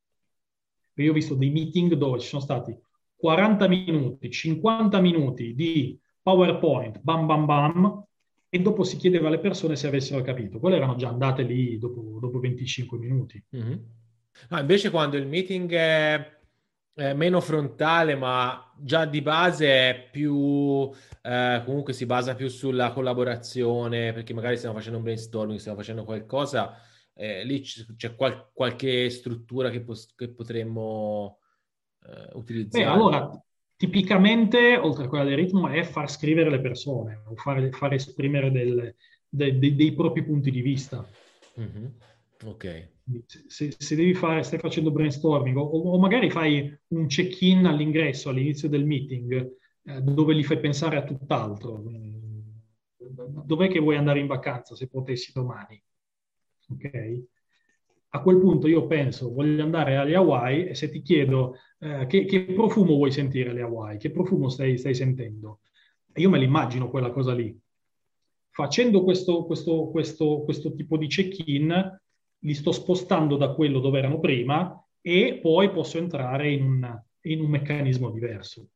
Io ho visto dei meeting dove ci sono stati quaranta minuti, cinquanta minuti di PowerPoint, bam bam bam, e dopo si chiedeva alle persone se avessero capito. Quelle erano già andate lì dopo, dopo venticinque minuti. Mm-hmm. Ah, invece quando il meeting è... è meno frontale, ma già di base è più eh, comunque si basa più sulla collaborazione, perché magari stiamo facendo un brainstorming, stiamo facendo qualcosa, eh, lì c- c'è qual- qualche struttura che, pos- che potremmo eh, utilizzare. Beh, allora, tipicamente, oltre a quella del ritmo, è far scrivere le persone o fare, far esprimere del, de, de, dei propri punti di vista. Mm-hmm. Ok. Se, se devi fare, stai facendo brainstorming o, o magari fai un check-in all'ingresso, all'inizio del meeting, eh, dove li fai pensare a tutt'altro. Dov'è che vuoi andare in vacanza se potessi domani? Ok? A quel punto io penso, voglio andare alle Hawaii, e se ti chiedo eh, che, che profumo vuoi sentire alle Hawaii, che profumo stai, stai sentendo? E io me l'immagino quella cosa lì. Facendo questo, questo, questo, questo tipo di check-in, li sto spostando da quello dove erano prima e poi posso entrare in un, in un meccanismo diverso.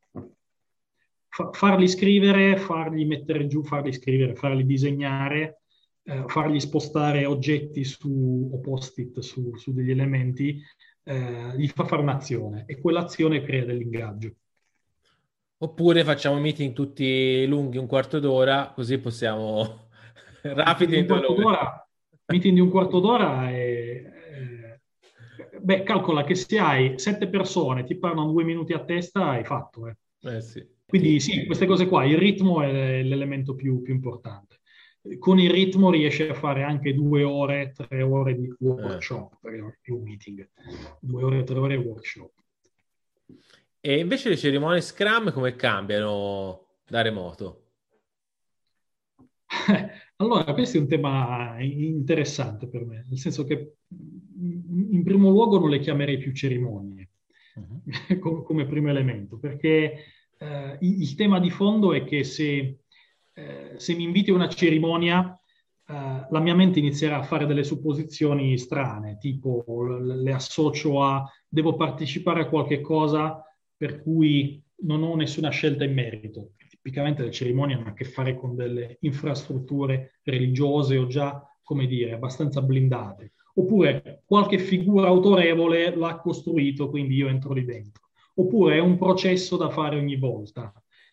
Fa, farli scrivere, farli mettere giù, farli scrivere, farli disegnare, eh, fargli spostare oggetti su, o post-it su, su degli elementi, eh, gli fa fare un'azione e quell'azione crea dell'ingaggio. Oppure facciamo meeting tutti lunghi, un quarto d'ora, così possiamo rapidi e indolori. Meeting di un quarto d'ora è, eh, beh, calcola che se hai sette persone, ti parlano due minuti a testa, hai fatto. Eh. Eh sì. Quindi sì, queste cose qua, il ritmo è l'elemento più, più importante. Con il ritmo riesci a fare anche due ore, tre ore di workshop, eh. perché non è più un meeting, due ore, tre ore di workshop. E invece le cerimonie Scrum come cambiano da remoto? Allora, questo è un tema interessante per me, nel senso che in primo luogo non le chiamerei più cerimonie, uh-huh. come primo elemento, perché eh, il tema di fondo è che se, eh, se mi inviti a una cerimonia, eh, la mia mente inizierà a fare delle supposizioni strane, tipo le associo a devo partecipare a qualche cosa per cui non ho nessuna scelta in merito. Tipicamente le cerimonie hanno a che fare con delle infrastrutture religiose o già, come dire, abbastanza blindate. Oppure qualche figura autorevole l'ha costruito, quindi io entro lì dentro. Oppure è un processo da fare ogni volta.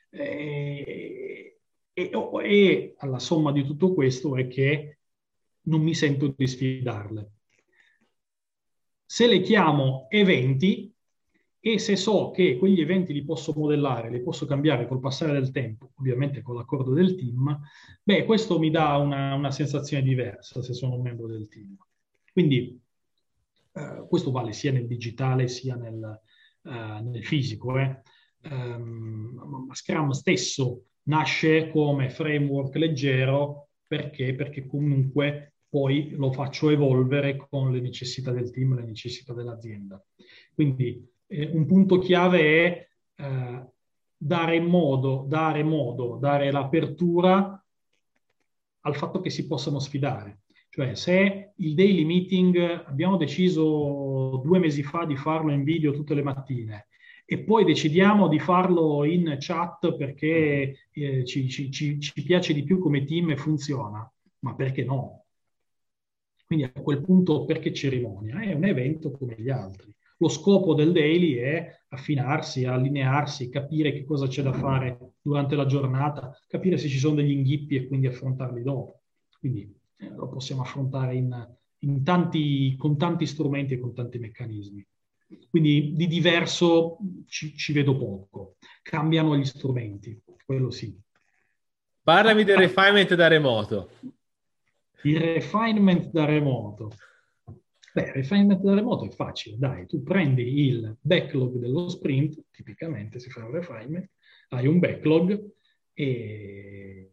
E, e, e alla somma di tutto questo è che non mi sento di sfidarle. Se le chiamo eventi, e se so che quegli eventi li posso modellare, li posso cambiare col passare del tempo, ovviamente con l'accordo del team, beh, questo mi dà una, una sensazione diversa se sono un membro del team. Quindi eh, questo vale sia nel digitale sia nel, eh, nel fisico. Eh. Um, Scrum stesso nasce come framework leggero perché, perché comunque poi lo faccio evolvere con le necessità del team, le necessità dell'azienda. Quindi eh, un punto chiave è eh, dare modo, dare modo, dare l'apertura al fatto che si possano sfidare. Cioè, se il daily meeting abbiamo deciso due mesi fa di farlo in video tutte le mattine e poi decidiamo di farlo in chat perché eh, ci, ci, ci, ci piace di più come team e funziona, ma perché no? Quindi a quel punto perché cerimonia? È un evento come gli altri. Lo scopo del daily è affinarsi, allinearsi, capire che cosa c'è da fare durante la giornata, capire se ci sono degli inghippi e quindi affrontarli dopo. Quindi eh, lo possiamo affrontare in, in tanti, con tanti strumenti e con tanti meccanismi. Quindi di diverso ci, ci vedo poco. Cambiano gli strumenti, quello sì. Parlami del refinement da remoto. Il refinement da remoto. Beh, il refinement da remoto è facile, dai, tu prendi il backlog dello sprint, tipicamente si fa un refinement, hai un backlog e...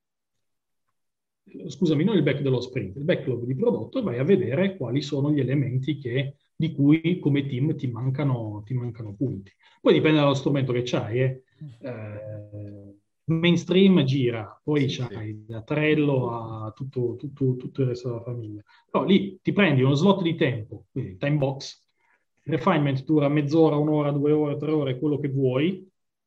Scusami, non il back dello sprint, il backlog di prodotto, e vai a vedere quali sono gli elementi che, di cui come team ti mancano, ti mancano punti. Poi dipende dallo strumento che c'hai, eh. Eh, mainstream gira, poi sì, c'hai sì. da Trello a tutto, tutto, tutto il resto della famiglia. Però lì ti prendi uno slot di tempo, quindi time box, refinement dura mezz'ora, un'ora, due ore, tre ore, quello che vuoi,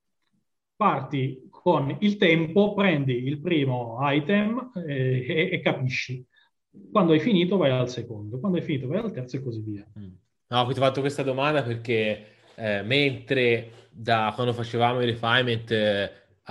parti con il tempo, prendi il primo item e, e, e capisci. Quando hai finito vai al secondo, quando hai finito vai al terzo e così via. No, ti ho fatto questa domanda perché eh, mentre da quando facevamo il refinement eh,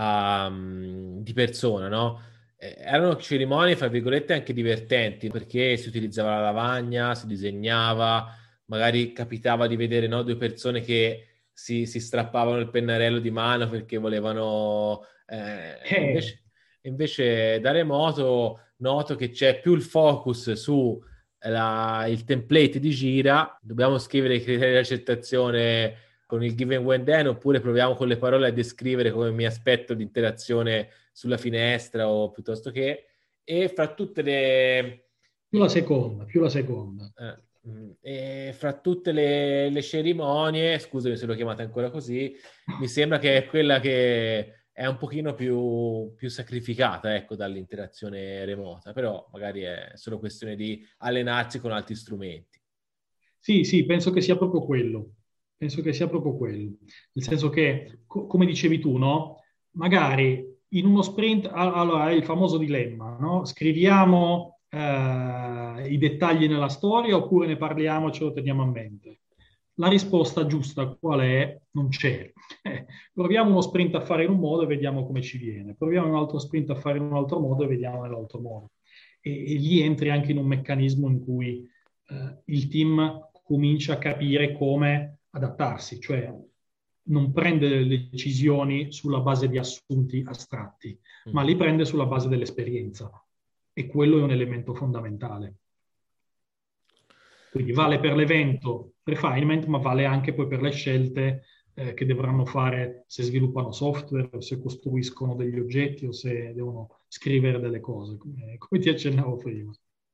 um, di persona, no? Eh, erano cerimonie, fra virgolette, anche divertenti, perché si utilizzava la lavagna, si disegnava, magari capitava di vedere, no, due persone che si, si strappavano il pennarello di mano perché volevano... Eh, eh. Invece, invece da remoto noto che c'è più il focus su la, il template di gira, dobbiamo scrivere i criteri di accettazione con il given when then, oppure proviamo con le parole a descrivere come mi aspetto di interazione sulla finestra o piuttosto che, e fra tutte le... Più la seconda, più la seconda. Eh, e fra tutte le, le cerimonie, scusami se l'ho chiamata ancora così, mi sembra che è quella che è un pochino più, più sacrificata, ecco, dall'interazione remota, però magari è solo questione di allenarsi con altri strumenti. Sì, sì, penso che sia proprio quello. Penso che sia proprio quello. Nel senso che, co- come dicevi tu, no? Magari in uno sprint, allora è il famoso dilemma, no? Scriviamo eh, i dettagli nella storia oppure ne parliamo e ce lo teniamo a mente. La risposta giusta qual è? Non c'è. Eh, proviamo uno sprint a fare in un modo e vediamo come ci viene. Proviamo un altro sprint a fare in un altro modo e vediamo nell'altro modo. E, e lì entri anche in un meccanismo in cui eh, il team comincia a capire come adattarsi, cioè non prende le decisioni sulla base di assunti astratti, mm. ma li prende sulla base dell'esperienza. E quello è un elemento fondamentale. Quindi vale per l'evento refinement, ma vale anche poi per le scelte eh, che dovranno fare se sviluppano software, o se costruiscono degli oggetti, o se devono scrivere delle cose, come, come ti accennavo prima.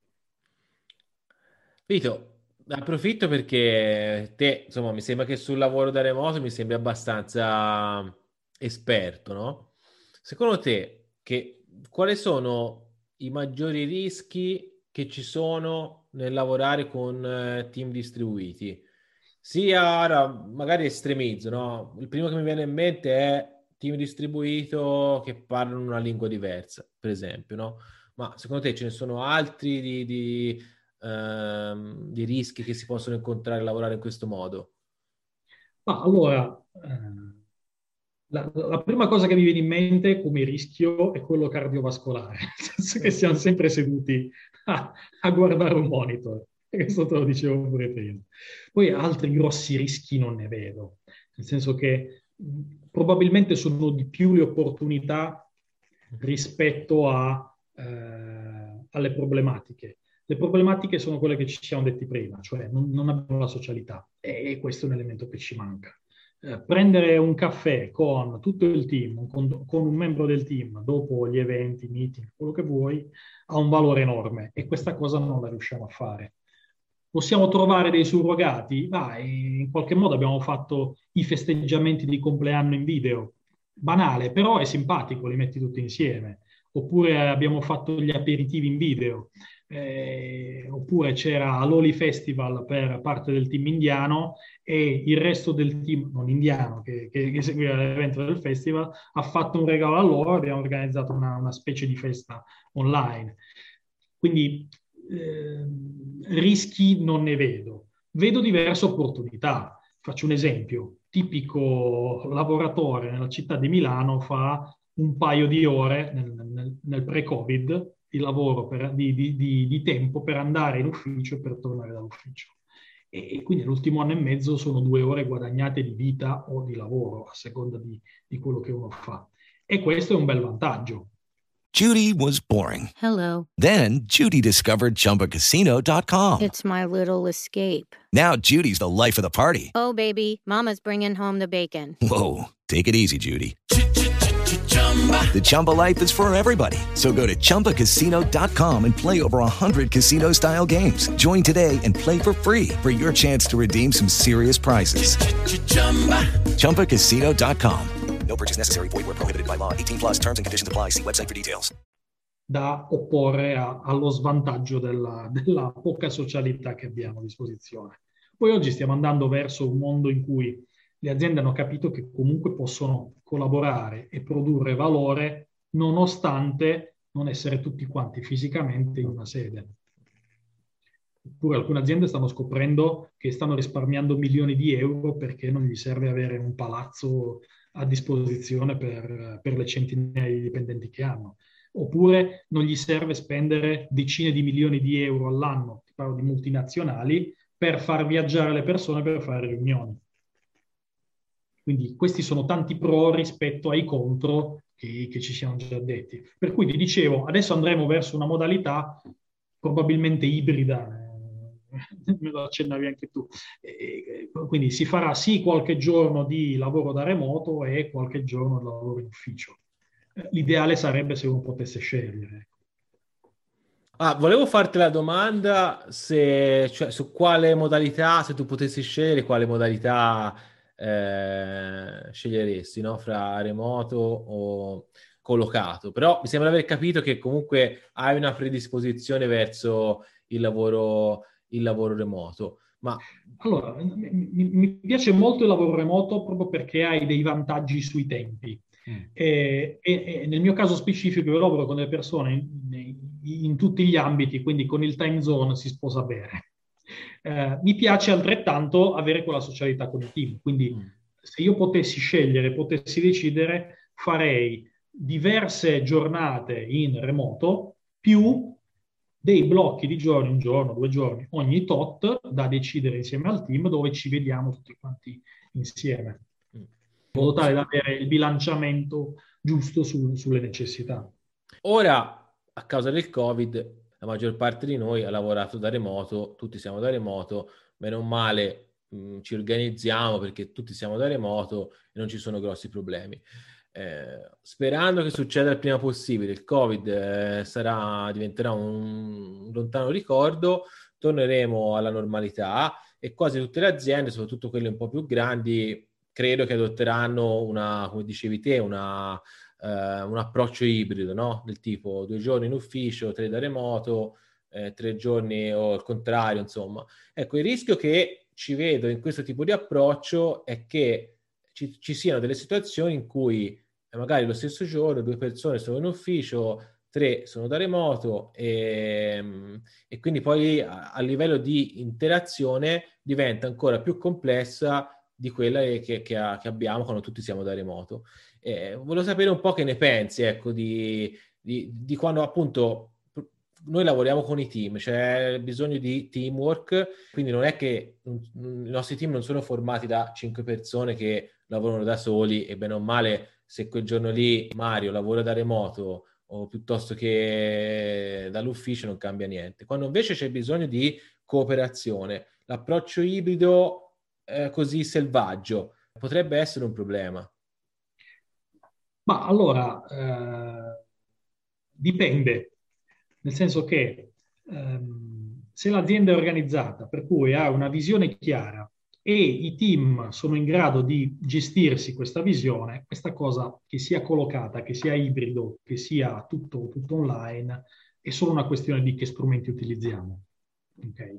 Vito, approfitto perché te, insomma, mi sembra che sul lavoro da remoto mi sembri abbastanza esperto, no? Secondo te, che, quali sono i maggiori rischi che ci sono nel lavorare con eh, team distribuiti? Sia, ora, magari estremizzo, no? Il primo che mi viene in mente è team distribuito che parlano una lingua diversa, per esempio, no? Ma secondo te ce ne sono altri di, di, ehm, di rischi che si possono incontrare a lavorare in questo modo? Ah, allora, eh, la, la prima cosa che mi viene in mente come rischio è quello cardiovascolare, nel senso che siamo sempre seduti a, a guardare un monitor. Questo te lo dicevo pure prima. Poi altri grossi rischi non ne vedo. nel senso che mh, probabilmente sono di più le opportunità rispetto a, eh, alle problematiche. Le problematiche sono quelle che ci siamo detti prima, cioè non, non abbiamo la socialità, e questo è un elemento che ci manca. Eh, prendere un caffè con tutto il team, con, con un membro del team, dopo gli eventi, meeting, quello che vuoi, ha un valore enorme, e questa cosa non la riusciamo a fare. Possiamo trovare dei surrogati? Ah, in qualche modo abbiamo fatto i festeggiamenti di compleanno in video. Banale, però è simpatico, li metti tutti insieme. Oppure abbiamo fatto gli aperitivi in video. Eh, oppure c'era l'Holi Festival per parte del team indiano, e il resto del team, non indiano, che, che, che seguiva l'evento del festival, ha fatto un regalo a loro, abbiamo organizzato una, una specie di festa online. Quindi eh, rischi non ne vedo. Vedo diverse opportunità. Faccio un esempio. Tipico lavoratore nella città di Milano fa un paio di ore nel, nel, nel pre-Covid di lavoro, per, di, di, di, di tempo per andare in ufficio e per tornare dall'ufficio. E, e quindi l'ultimo anno e mezzo sono due ore guadagnate di vita o di lavoro, a seconda di, di quello che uno fa. E questo è un bel vantaggio. Judy was boring. Hello. Then Judy discovered Chumba Casino dot com. It's my little escape. Now Judy's the life of the party. Oh, baby, mama's bringing home the bacon. Whoa, take it easy, Judy. The Chumba life is for everybody. So go to Chumba Casino dot com and play over one hundred casino-style games. Join today and play for free for your chance to redeem some serious prizes. Chumba Casino dot com. No purchase necessary. Void where prohibited by law. eighteen plus terms and conditions apply. See website for details. Da opporre a, allo svantaggio della, della poca socialità che abbiamo a disposizione. Poi oggi stiamo andando verso un mondo in cui le aziende hanno capito che comunque possono collaborare e produrre valore nonostante non essere tutti quanti fisicamente in una sede. Oppure alcune aziende stanno scoprendo che stanno risparmiando milioni di euro perché non gli serve avere un palazzo a disposizione per, per le centinaia di dipendenti che hanno. Oppure non gli serve spendere decine di milioni di euro all'anno, ti parlo di multinazionali, per far viaggiare le persone per fare riunioni. Quindi questi sono tanti pro rispetto ai contro che, che ci siamo già detti. Per cui ti dicevo, adesso andremo verso una modalità probabilmente ibrida, me lo accennavi anche tu. E, quindi si farà sì qualche giorno di lavoro da remoto e qualche giorno di lavoro in ufficio. L'ideale sarebbe se uno potesse scegliere. Ah, volevo farti la domanda se, cioè, su quale modalità, se tu potessi scegliere, quale modalità eh, sceglieresti, no? Fra remoto o collocato. Però mi sembra aver capito che comunque hai una predisposizione verso il lavoro, il lavoro remoto. Ma allora, mi, mi piace molto il lavoro remoto proprio perché hai dei vantaggi sui tempi. Mm. E, e, e nel mio caso specifico io lavoro con delle persone in, in tutti gli ambiti, quindi con il time zone si sposa bene. Eh, mi piace altrettanto avere quella socialità con il team, quindi mm. se io potessi scegliere, potessi decidere, farei diverse giornate in remoto più dei blocchi di giorni, un giorno, due giorni, ogni tot da decidere insieme al team, dove ci vediamo tutti quanti insieme, in modo tale da avere il bilanciamento giusto su, sulle necessità. Ora, a causa del Covid, la maggior parte di noi ha lavorato da remoto, tutti siamo da remoto, bene o male mh, ci organizziamo perché tutti siamo da remoto e non ci sono grossi problemi. Eh, sperando che succeda il prima possibile, il Covid eh, sarà, diventerà un, un lontano ricordo, torneremo alla normalità e quasi tutte le aziende, soprattutto quelle un po' più grandi, credo che adotteranno una, come dicevi te, una, eh, un approccio ibrido, no? Del tipo due giorni in ufficio, tre da remoto, eh, tre giorni o il contrario, insomma. Ecco, il rischio che ci vedo in questo tipo di approccio è che ci, ci siano delle situazioni in cui eh, magari lo stesso giorno due persone sono in ufficio, tre sono da remoto e, e quindi poi a, a livello di interazione diventa ancora più complessa di quella che, che, che abbiamo quando tutti siamo da remoto. Eh, volevo sapere un po' che ne pensi, ecco, di, di, di quando appunto noi lavoriamo con i team, c'è bisogno di teamwork, quindi non è che i nostri team non sono formati da cinque persone che lavorano da soli e bene o male se quel giorno lì Mario lavora da remoto o piuttosto che dall'ufficio non cambia niente. Quando invece c'è bisogno di cooperazione, l'approccio ibrido eh, così selvaggio potrebbe essere un problema. Ma allora, eh, dipende, nel senso che ehm, se l'azienda è organizzata, per cui ha una visione chiara e i team sono in grado di gestirsi questa visione, questa cosa che sia collocata, che sia ibrido, che sia tutto, tutto online, è solo una questione di che strumenti utilizziamo. Okay.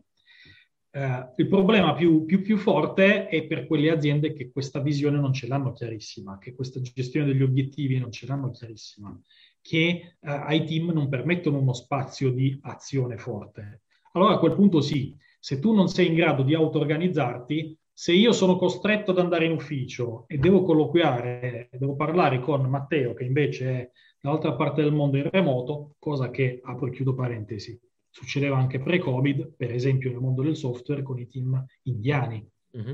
Uh, il problema più, più, più forte è per quelle aziende che questa visione non ce l'hanno chiarissima, che questa gestione degli obiettivi non ce l'hanno chiarissima, che uh, ai team non permettono uno spazio di azione forte. Allora a quel punto sì, se tu non sei in grado di auto-organizzarti, se io sono costretto ad andare in ufficio e devo colloquiare, devo parlare con Matteo, che invece è dall'altra parte del mondo in remoto, cosa che, apro e chiudo parentesi, succedeva anche pre-Covid, per esempio nel mondo del software con i team indiani. Mm-hmm.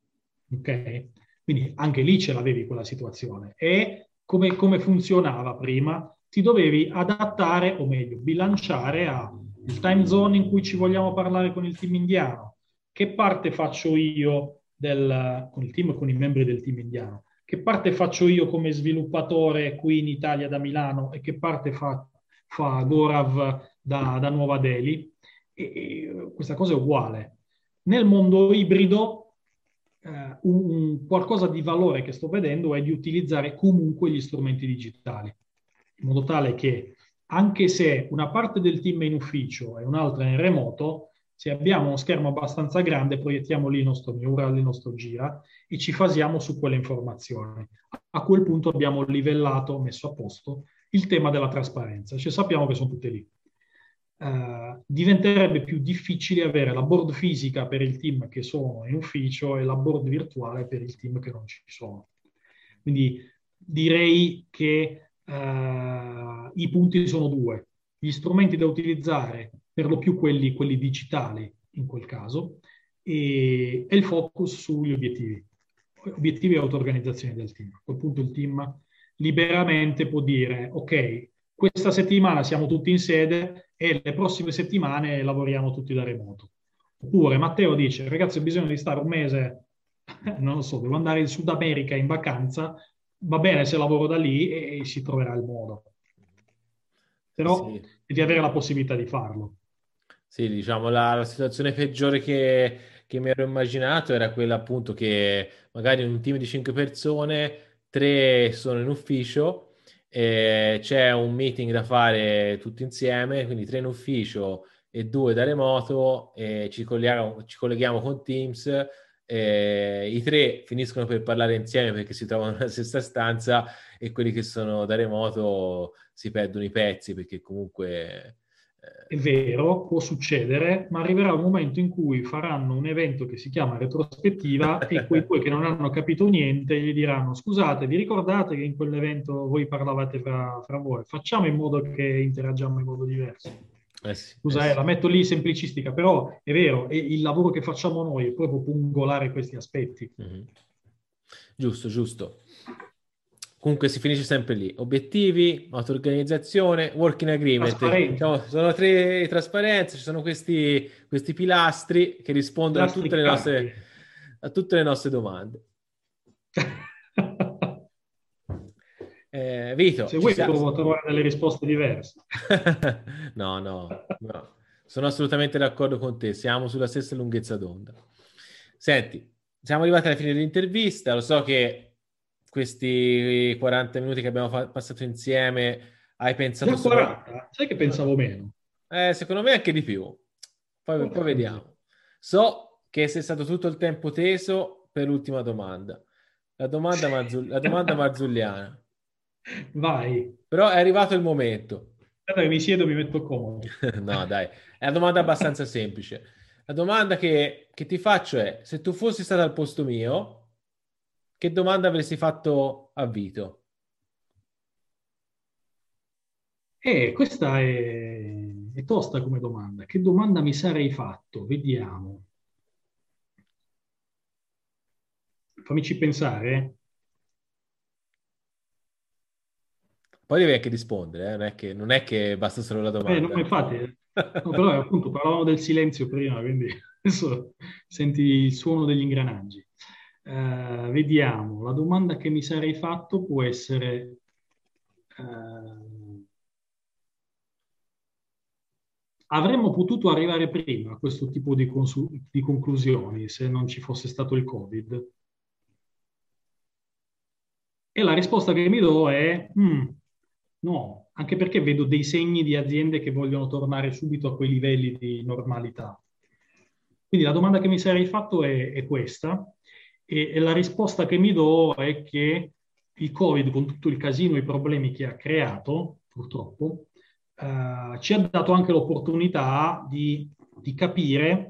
Ok? Quindi anche lì ce l'avevi quella situazione. E come, come funzionava prima? Ti dovevi adattare, o meglio, bilanciare al time zone in cui ci vogliamo parlare con il team indiano. Che parte faccio io del, con il team e con i membri del team indiano? Che parte faccio io come sviluppatore qui in Italia da Milano e che parte fa, fa Gorav da, da Nuova Delhi? E, e questa cosa è uguale. Nel mondo ibrido eh, un, un qualcosa di valore che sto vedendo è di utilizzare comunque gli strumenti digitali, in modo tale che anche se una parte del team è in ufficio e un'altra è in remoto, se abbiamo uno schermo abbastanza grande, proiettiamo lì il nostro mural, il nostro gira e ci fasiamo su quelle informazioni. A quel punto abbiamo livellato, messo a posto, il tema della trasparenza. Cioè sappiamo che sono tutte lì. Uh, diventerebbe più difficile avere la board fisica per il team che sono in ufficio e la board virtuale per il team che non ci sono. Quindi direi che uh, i punti sono due. Gli strumenti da utilizzare, per lo più quelli, quelli digitali in quel caso, e, e il focus sugli obiettivi. Obiettivi e auto-organizzazione del team. A quel punto il team liberamente può dire, ok, questa settimana siamo tutti in sede e le prossime settimane lavoriamo tutti da remoto. Oppure Matteo dice, ragazzi, ho bisogno di stare un mese, non lo so, devo andare in Sud America in vacanza, va bene se lavoro da lì e, e si troverà il modo. Però sì, devi avere la possibilità di farlo. Sì, diciamo, la, la situazione peggiore che, che mi ero immaginato era quella appunto che magari in un team di cinque persone, tre sono in ufficio, eh, c'è un meeting da fare tutti insieme, quindi tre in ufficio e due da remoto, e ci colleghiamo, ci colleghiamo con Teams, eh, i tre finiscono per parlare insieme perché si trovano nella stessa stanza e quelli che sono da remoto si perdono i pezzi perché comunque... È vero, può succedere, ma arriverà un momento in cui faranno un evento che si chiama retrospettiva e quei due che non hanno capito niente gli diranno scusate, vi ricordate che in quell'evento voi parlavate fra, fra voi? Facciamo in modo che interagiamo in modo diverso. Eh sì, Scusa, eh eh, sì. la metto lì semplicistica, però è vero, e il lavoro che facciamo noi è proprio pungolare questi aspetti. Mm-hmm. Giusto, giusto. Comunque si finisce sempre lì. Obiettivi, auto-organizzazione, working agreement. Diciamo, sono tre trasparenze, ci sono questi, questi pilastri che rispondono a tutte, le nostre, a tutte le nostre domande. eh, Vito, se vuoi provo a trovare delle risposte diverse. no, no, no. Sono assolutamente d'accordo con te, siamo sulla stessa lunghezza d'onda. Senti, siamo arrivati alla fine dell'intervista, lo so che questi quaranta minuti che abbiamo fa- passato insieme hai pensato solo... quaranta? Sai che pensavo meno? Eh, secondo me anche di più. Poi, oh, poi vediamo. So che sei stato tutto il tempo teso per l'ultima domanda. La domanda, Marzul- la domanda marzulliana. Vai. Però è arrivato il momento. Guarda che mi siedo e mi metto comodo. No, dai. È una domanda abbastanza semplice. La domanda che, che ti faccio è, se tu fossi stato al posto mio, che domanda avresti fatto a Vito? Eh, questa è, è tosta come domanda. Che domanda mi sarei fatto? Vediamo. Fammici pensare. Poi devi anche rispondere, eh? non, è che, non è che basta solo la domanda. Eh, no, infatti, no, però appunto parlavamo del silenzio prima, quindi adesso senti il suono degli ingranaggi. Uh, vediamo, la domanda che mi sarei fatto può essere... Uh, avremmo potuto arrivare prima a questo tipo di, consu- di conclusioni se non ci fosse stato il Covid? E la risposta che mi do è mm, no, anche perché vedo dei segni di aziende che vogliono tornare subito a quei livelli di normalità. Quindi la domanda che mi sarei fatto è, è questa, e, e la risposta che mi do è che il Covid, con tutto il casino e i problemi che ha creato, purtroppo, eh, ci ha dato anche l'opportunità di, di capire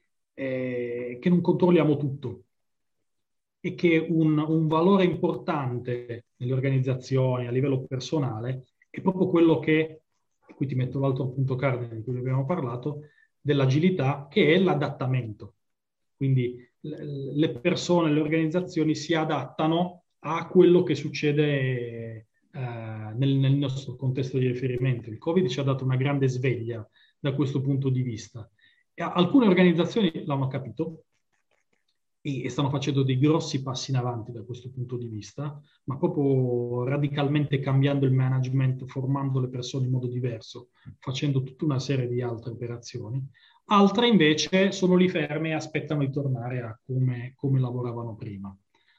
eh, che non controlliamo tutto e che un, un valore importante nelle organizzazioni a livello personale è proprio quello che, qui ti metto l'altro punto cardine di cui abbiamo parlato, dell'agilità, che è l'adattamento. Quindi le persone, le organizzazioni si adattano a quello che succede eh, nel, nel nostro contesto di riferimento. Il Covid ci ha dato una grande sveglia da questo punto di vista. E alcune organizzazioni l'hanno capito e stanno facendo dei grossi passi in avanti da questo punto di vista, ma proprio radicalmente cambiando il management, formando le persone in modo diverso, facendo tutta una serie di altre operazioni. Altre invece sono lì ferme e aspettano di tornare a come, come lavoravano prima.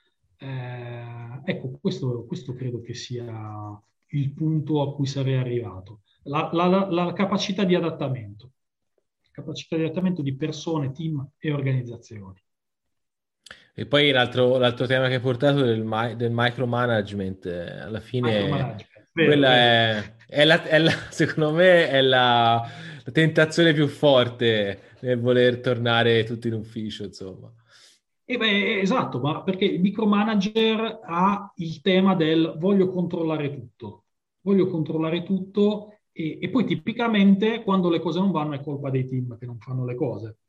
Eh, ecco, questo, questo credo che sia il punto a cui sarei arrivato. La, la, la capacità di adattamento, capacità di adattamento di persone, team e organizzazioni. E poi l'altro, l'altro tema che hai portato del, mi, del micromanagement, eh, alla fine Micromanagement, quella vero, è, è, la, è la, secondo me è la, la tentazione più forte nel voler tornare tutti in ufficio, insomma. Eh beh, esatto, ma perché il micromanager ha il tema del voglio controllare tutto, voglio controllare tutto e, e poi tipicamente quando le cose non vanno è colpa dei team che non fanno le cose.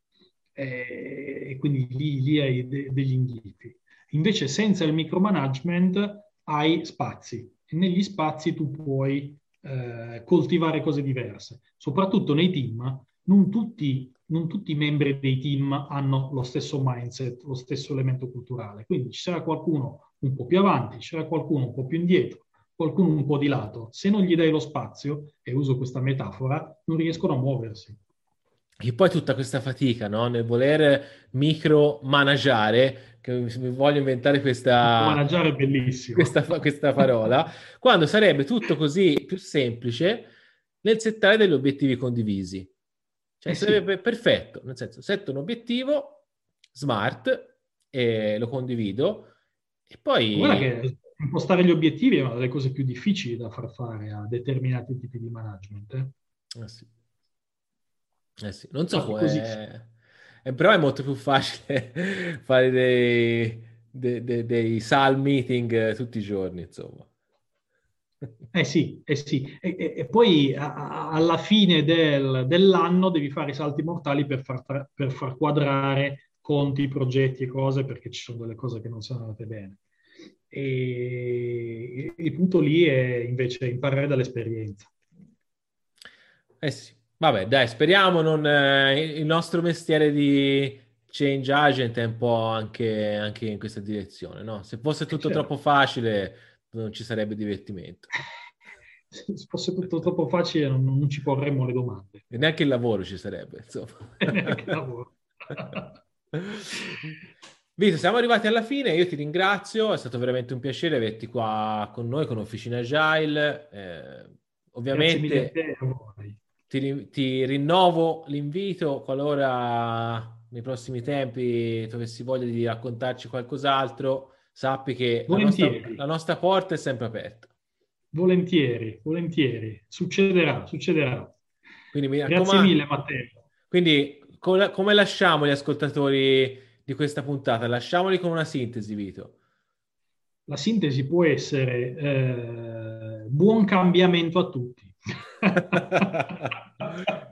E quindi lì, lì hai de- degli inghippi. Invece senza il micromanagement hai spazi e negli spazi tu puoi eh, coltivare cose diverse. Soprattutto nei team, non tutti, non tutti i membri dei team hanno lo stesso mindset, lo stesso elemento culturale. Quindi ci sarà qualcuno un po' più avanti, ci sarà qualcuno un po' più indietro, qualcuno un po' di lato. Se non gli dai lo spazio, e uso questa metafora, non riescono a muoversi. E poi tutta questa fatica, no? Nel voler micromanaggiare, che mi voglio inventare questa, managgiare è bellissimo. Questa, questa parola, quando sarebbe tutto così più semplice nel settare degli obiettivi condivisi. Cioè eh sarebbe sì. perfetto, nel senso, setto un obiettivo smart e lo condivido e poi... Guarda che impostare gli obiettivi è una delle cose più difficili da far fare a determinati tipi di management. Eh? Eh sì. Eh sì. Non so Infatti, come... È, però è molto più facile fare dei, dei, dei, dei S A L meeting tutti i giorni, insomma. Eh sì, eh sì. E, e, e poi a, a, alla fine del, dell'anno devi fare i salti mortali per far, tra, per far quadrare conti, progetti e cose, perché ci sono delle cose che non sono andate bene. E il punto lì è invece imparare dall'esperienza. Eh sì. Vabbè, dai, speriamo non... Eh, il nostro mestiere di change agent è un po' anche, anche in questa direzione, no? Se fosse tutto certo. troppo facile non ci sarebbe divertimento. Se fosse tutto troppo facile non, non ci porremmo le domande. E neanche il lavoro ci sarebbe, insomma. E neanche il lavoro. Vito, siamo arrivati alla fine, io ti ringrazio, è stato veramente un piacere averti qua con noi, con Officina Agile. Eh, ovviamente... Grazie mille a te, a voi. Ti, ti rinnovo l'invito qualora nei prossimi tempi tu avessi voglia di raccontarci qualcos'altro, sappi che la nostra, la nostra porta è sempre aperta. Volentieri, volentieri. Succederà, succederà. Quindi mi Grazie mille, Matteo. Quindi come, come lasciamo gli ascoltatori di questa puntata? Lasciamoli con una sintesi, Vito. La sintesi può essere eh, buon cambiamento a tutti.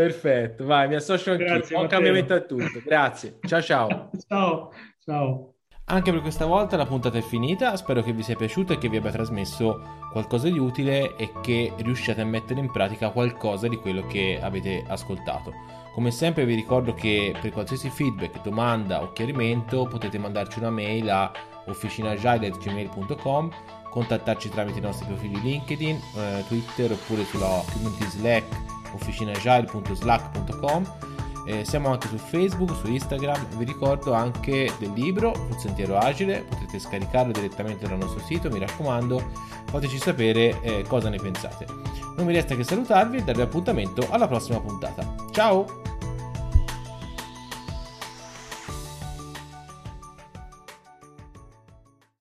Perfetto, vai, mi associo anch'io. Grazie, Buon Matteo. cambiamento a tutto. Grazie. Ciao ciao. Ciao, ciao. Anche per questa volta la puntata è finita, spero che vi sia piaciuto e che vi abbia trasmesso qualcosa di utile e che riusciate a mettere in pratica qualcosa di quello che avete ascoltato. Come sempre vi ricordo che per qualsiasi feedback, domanda o chiarimento potete mandarci una mail a officinagile chiocciola gmail punto com, contattarci tramite i nostri profili LinkedIn, eh, Twitter oppure sulla community Slack officinagile punto slack punto com. Eh, siamo anche su Facebook, su Instagram. Vi ricordo anche del libro Sul Sentiero Agile, potete scaricarlo direttamente dal nostro sito, mi raccomando, fateci sapere eh, cosa ne pensate. Non mi resta che salutarvi e darvi appuntamento alla prossima puntata. Ciao!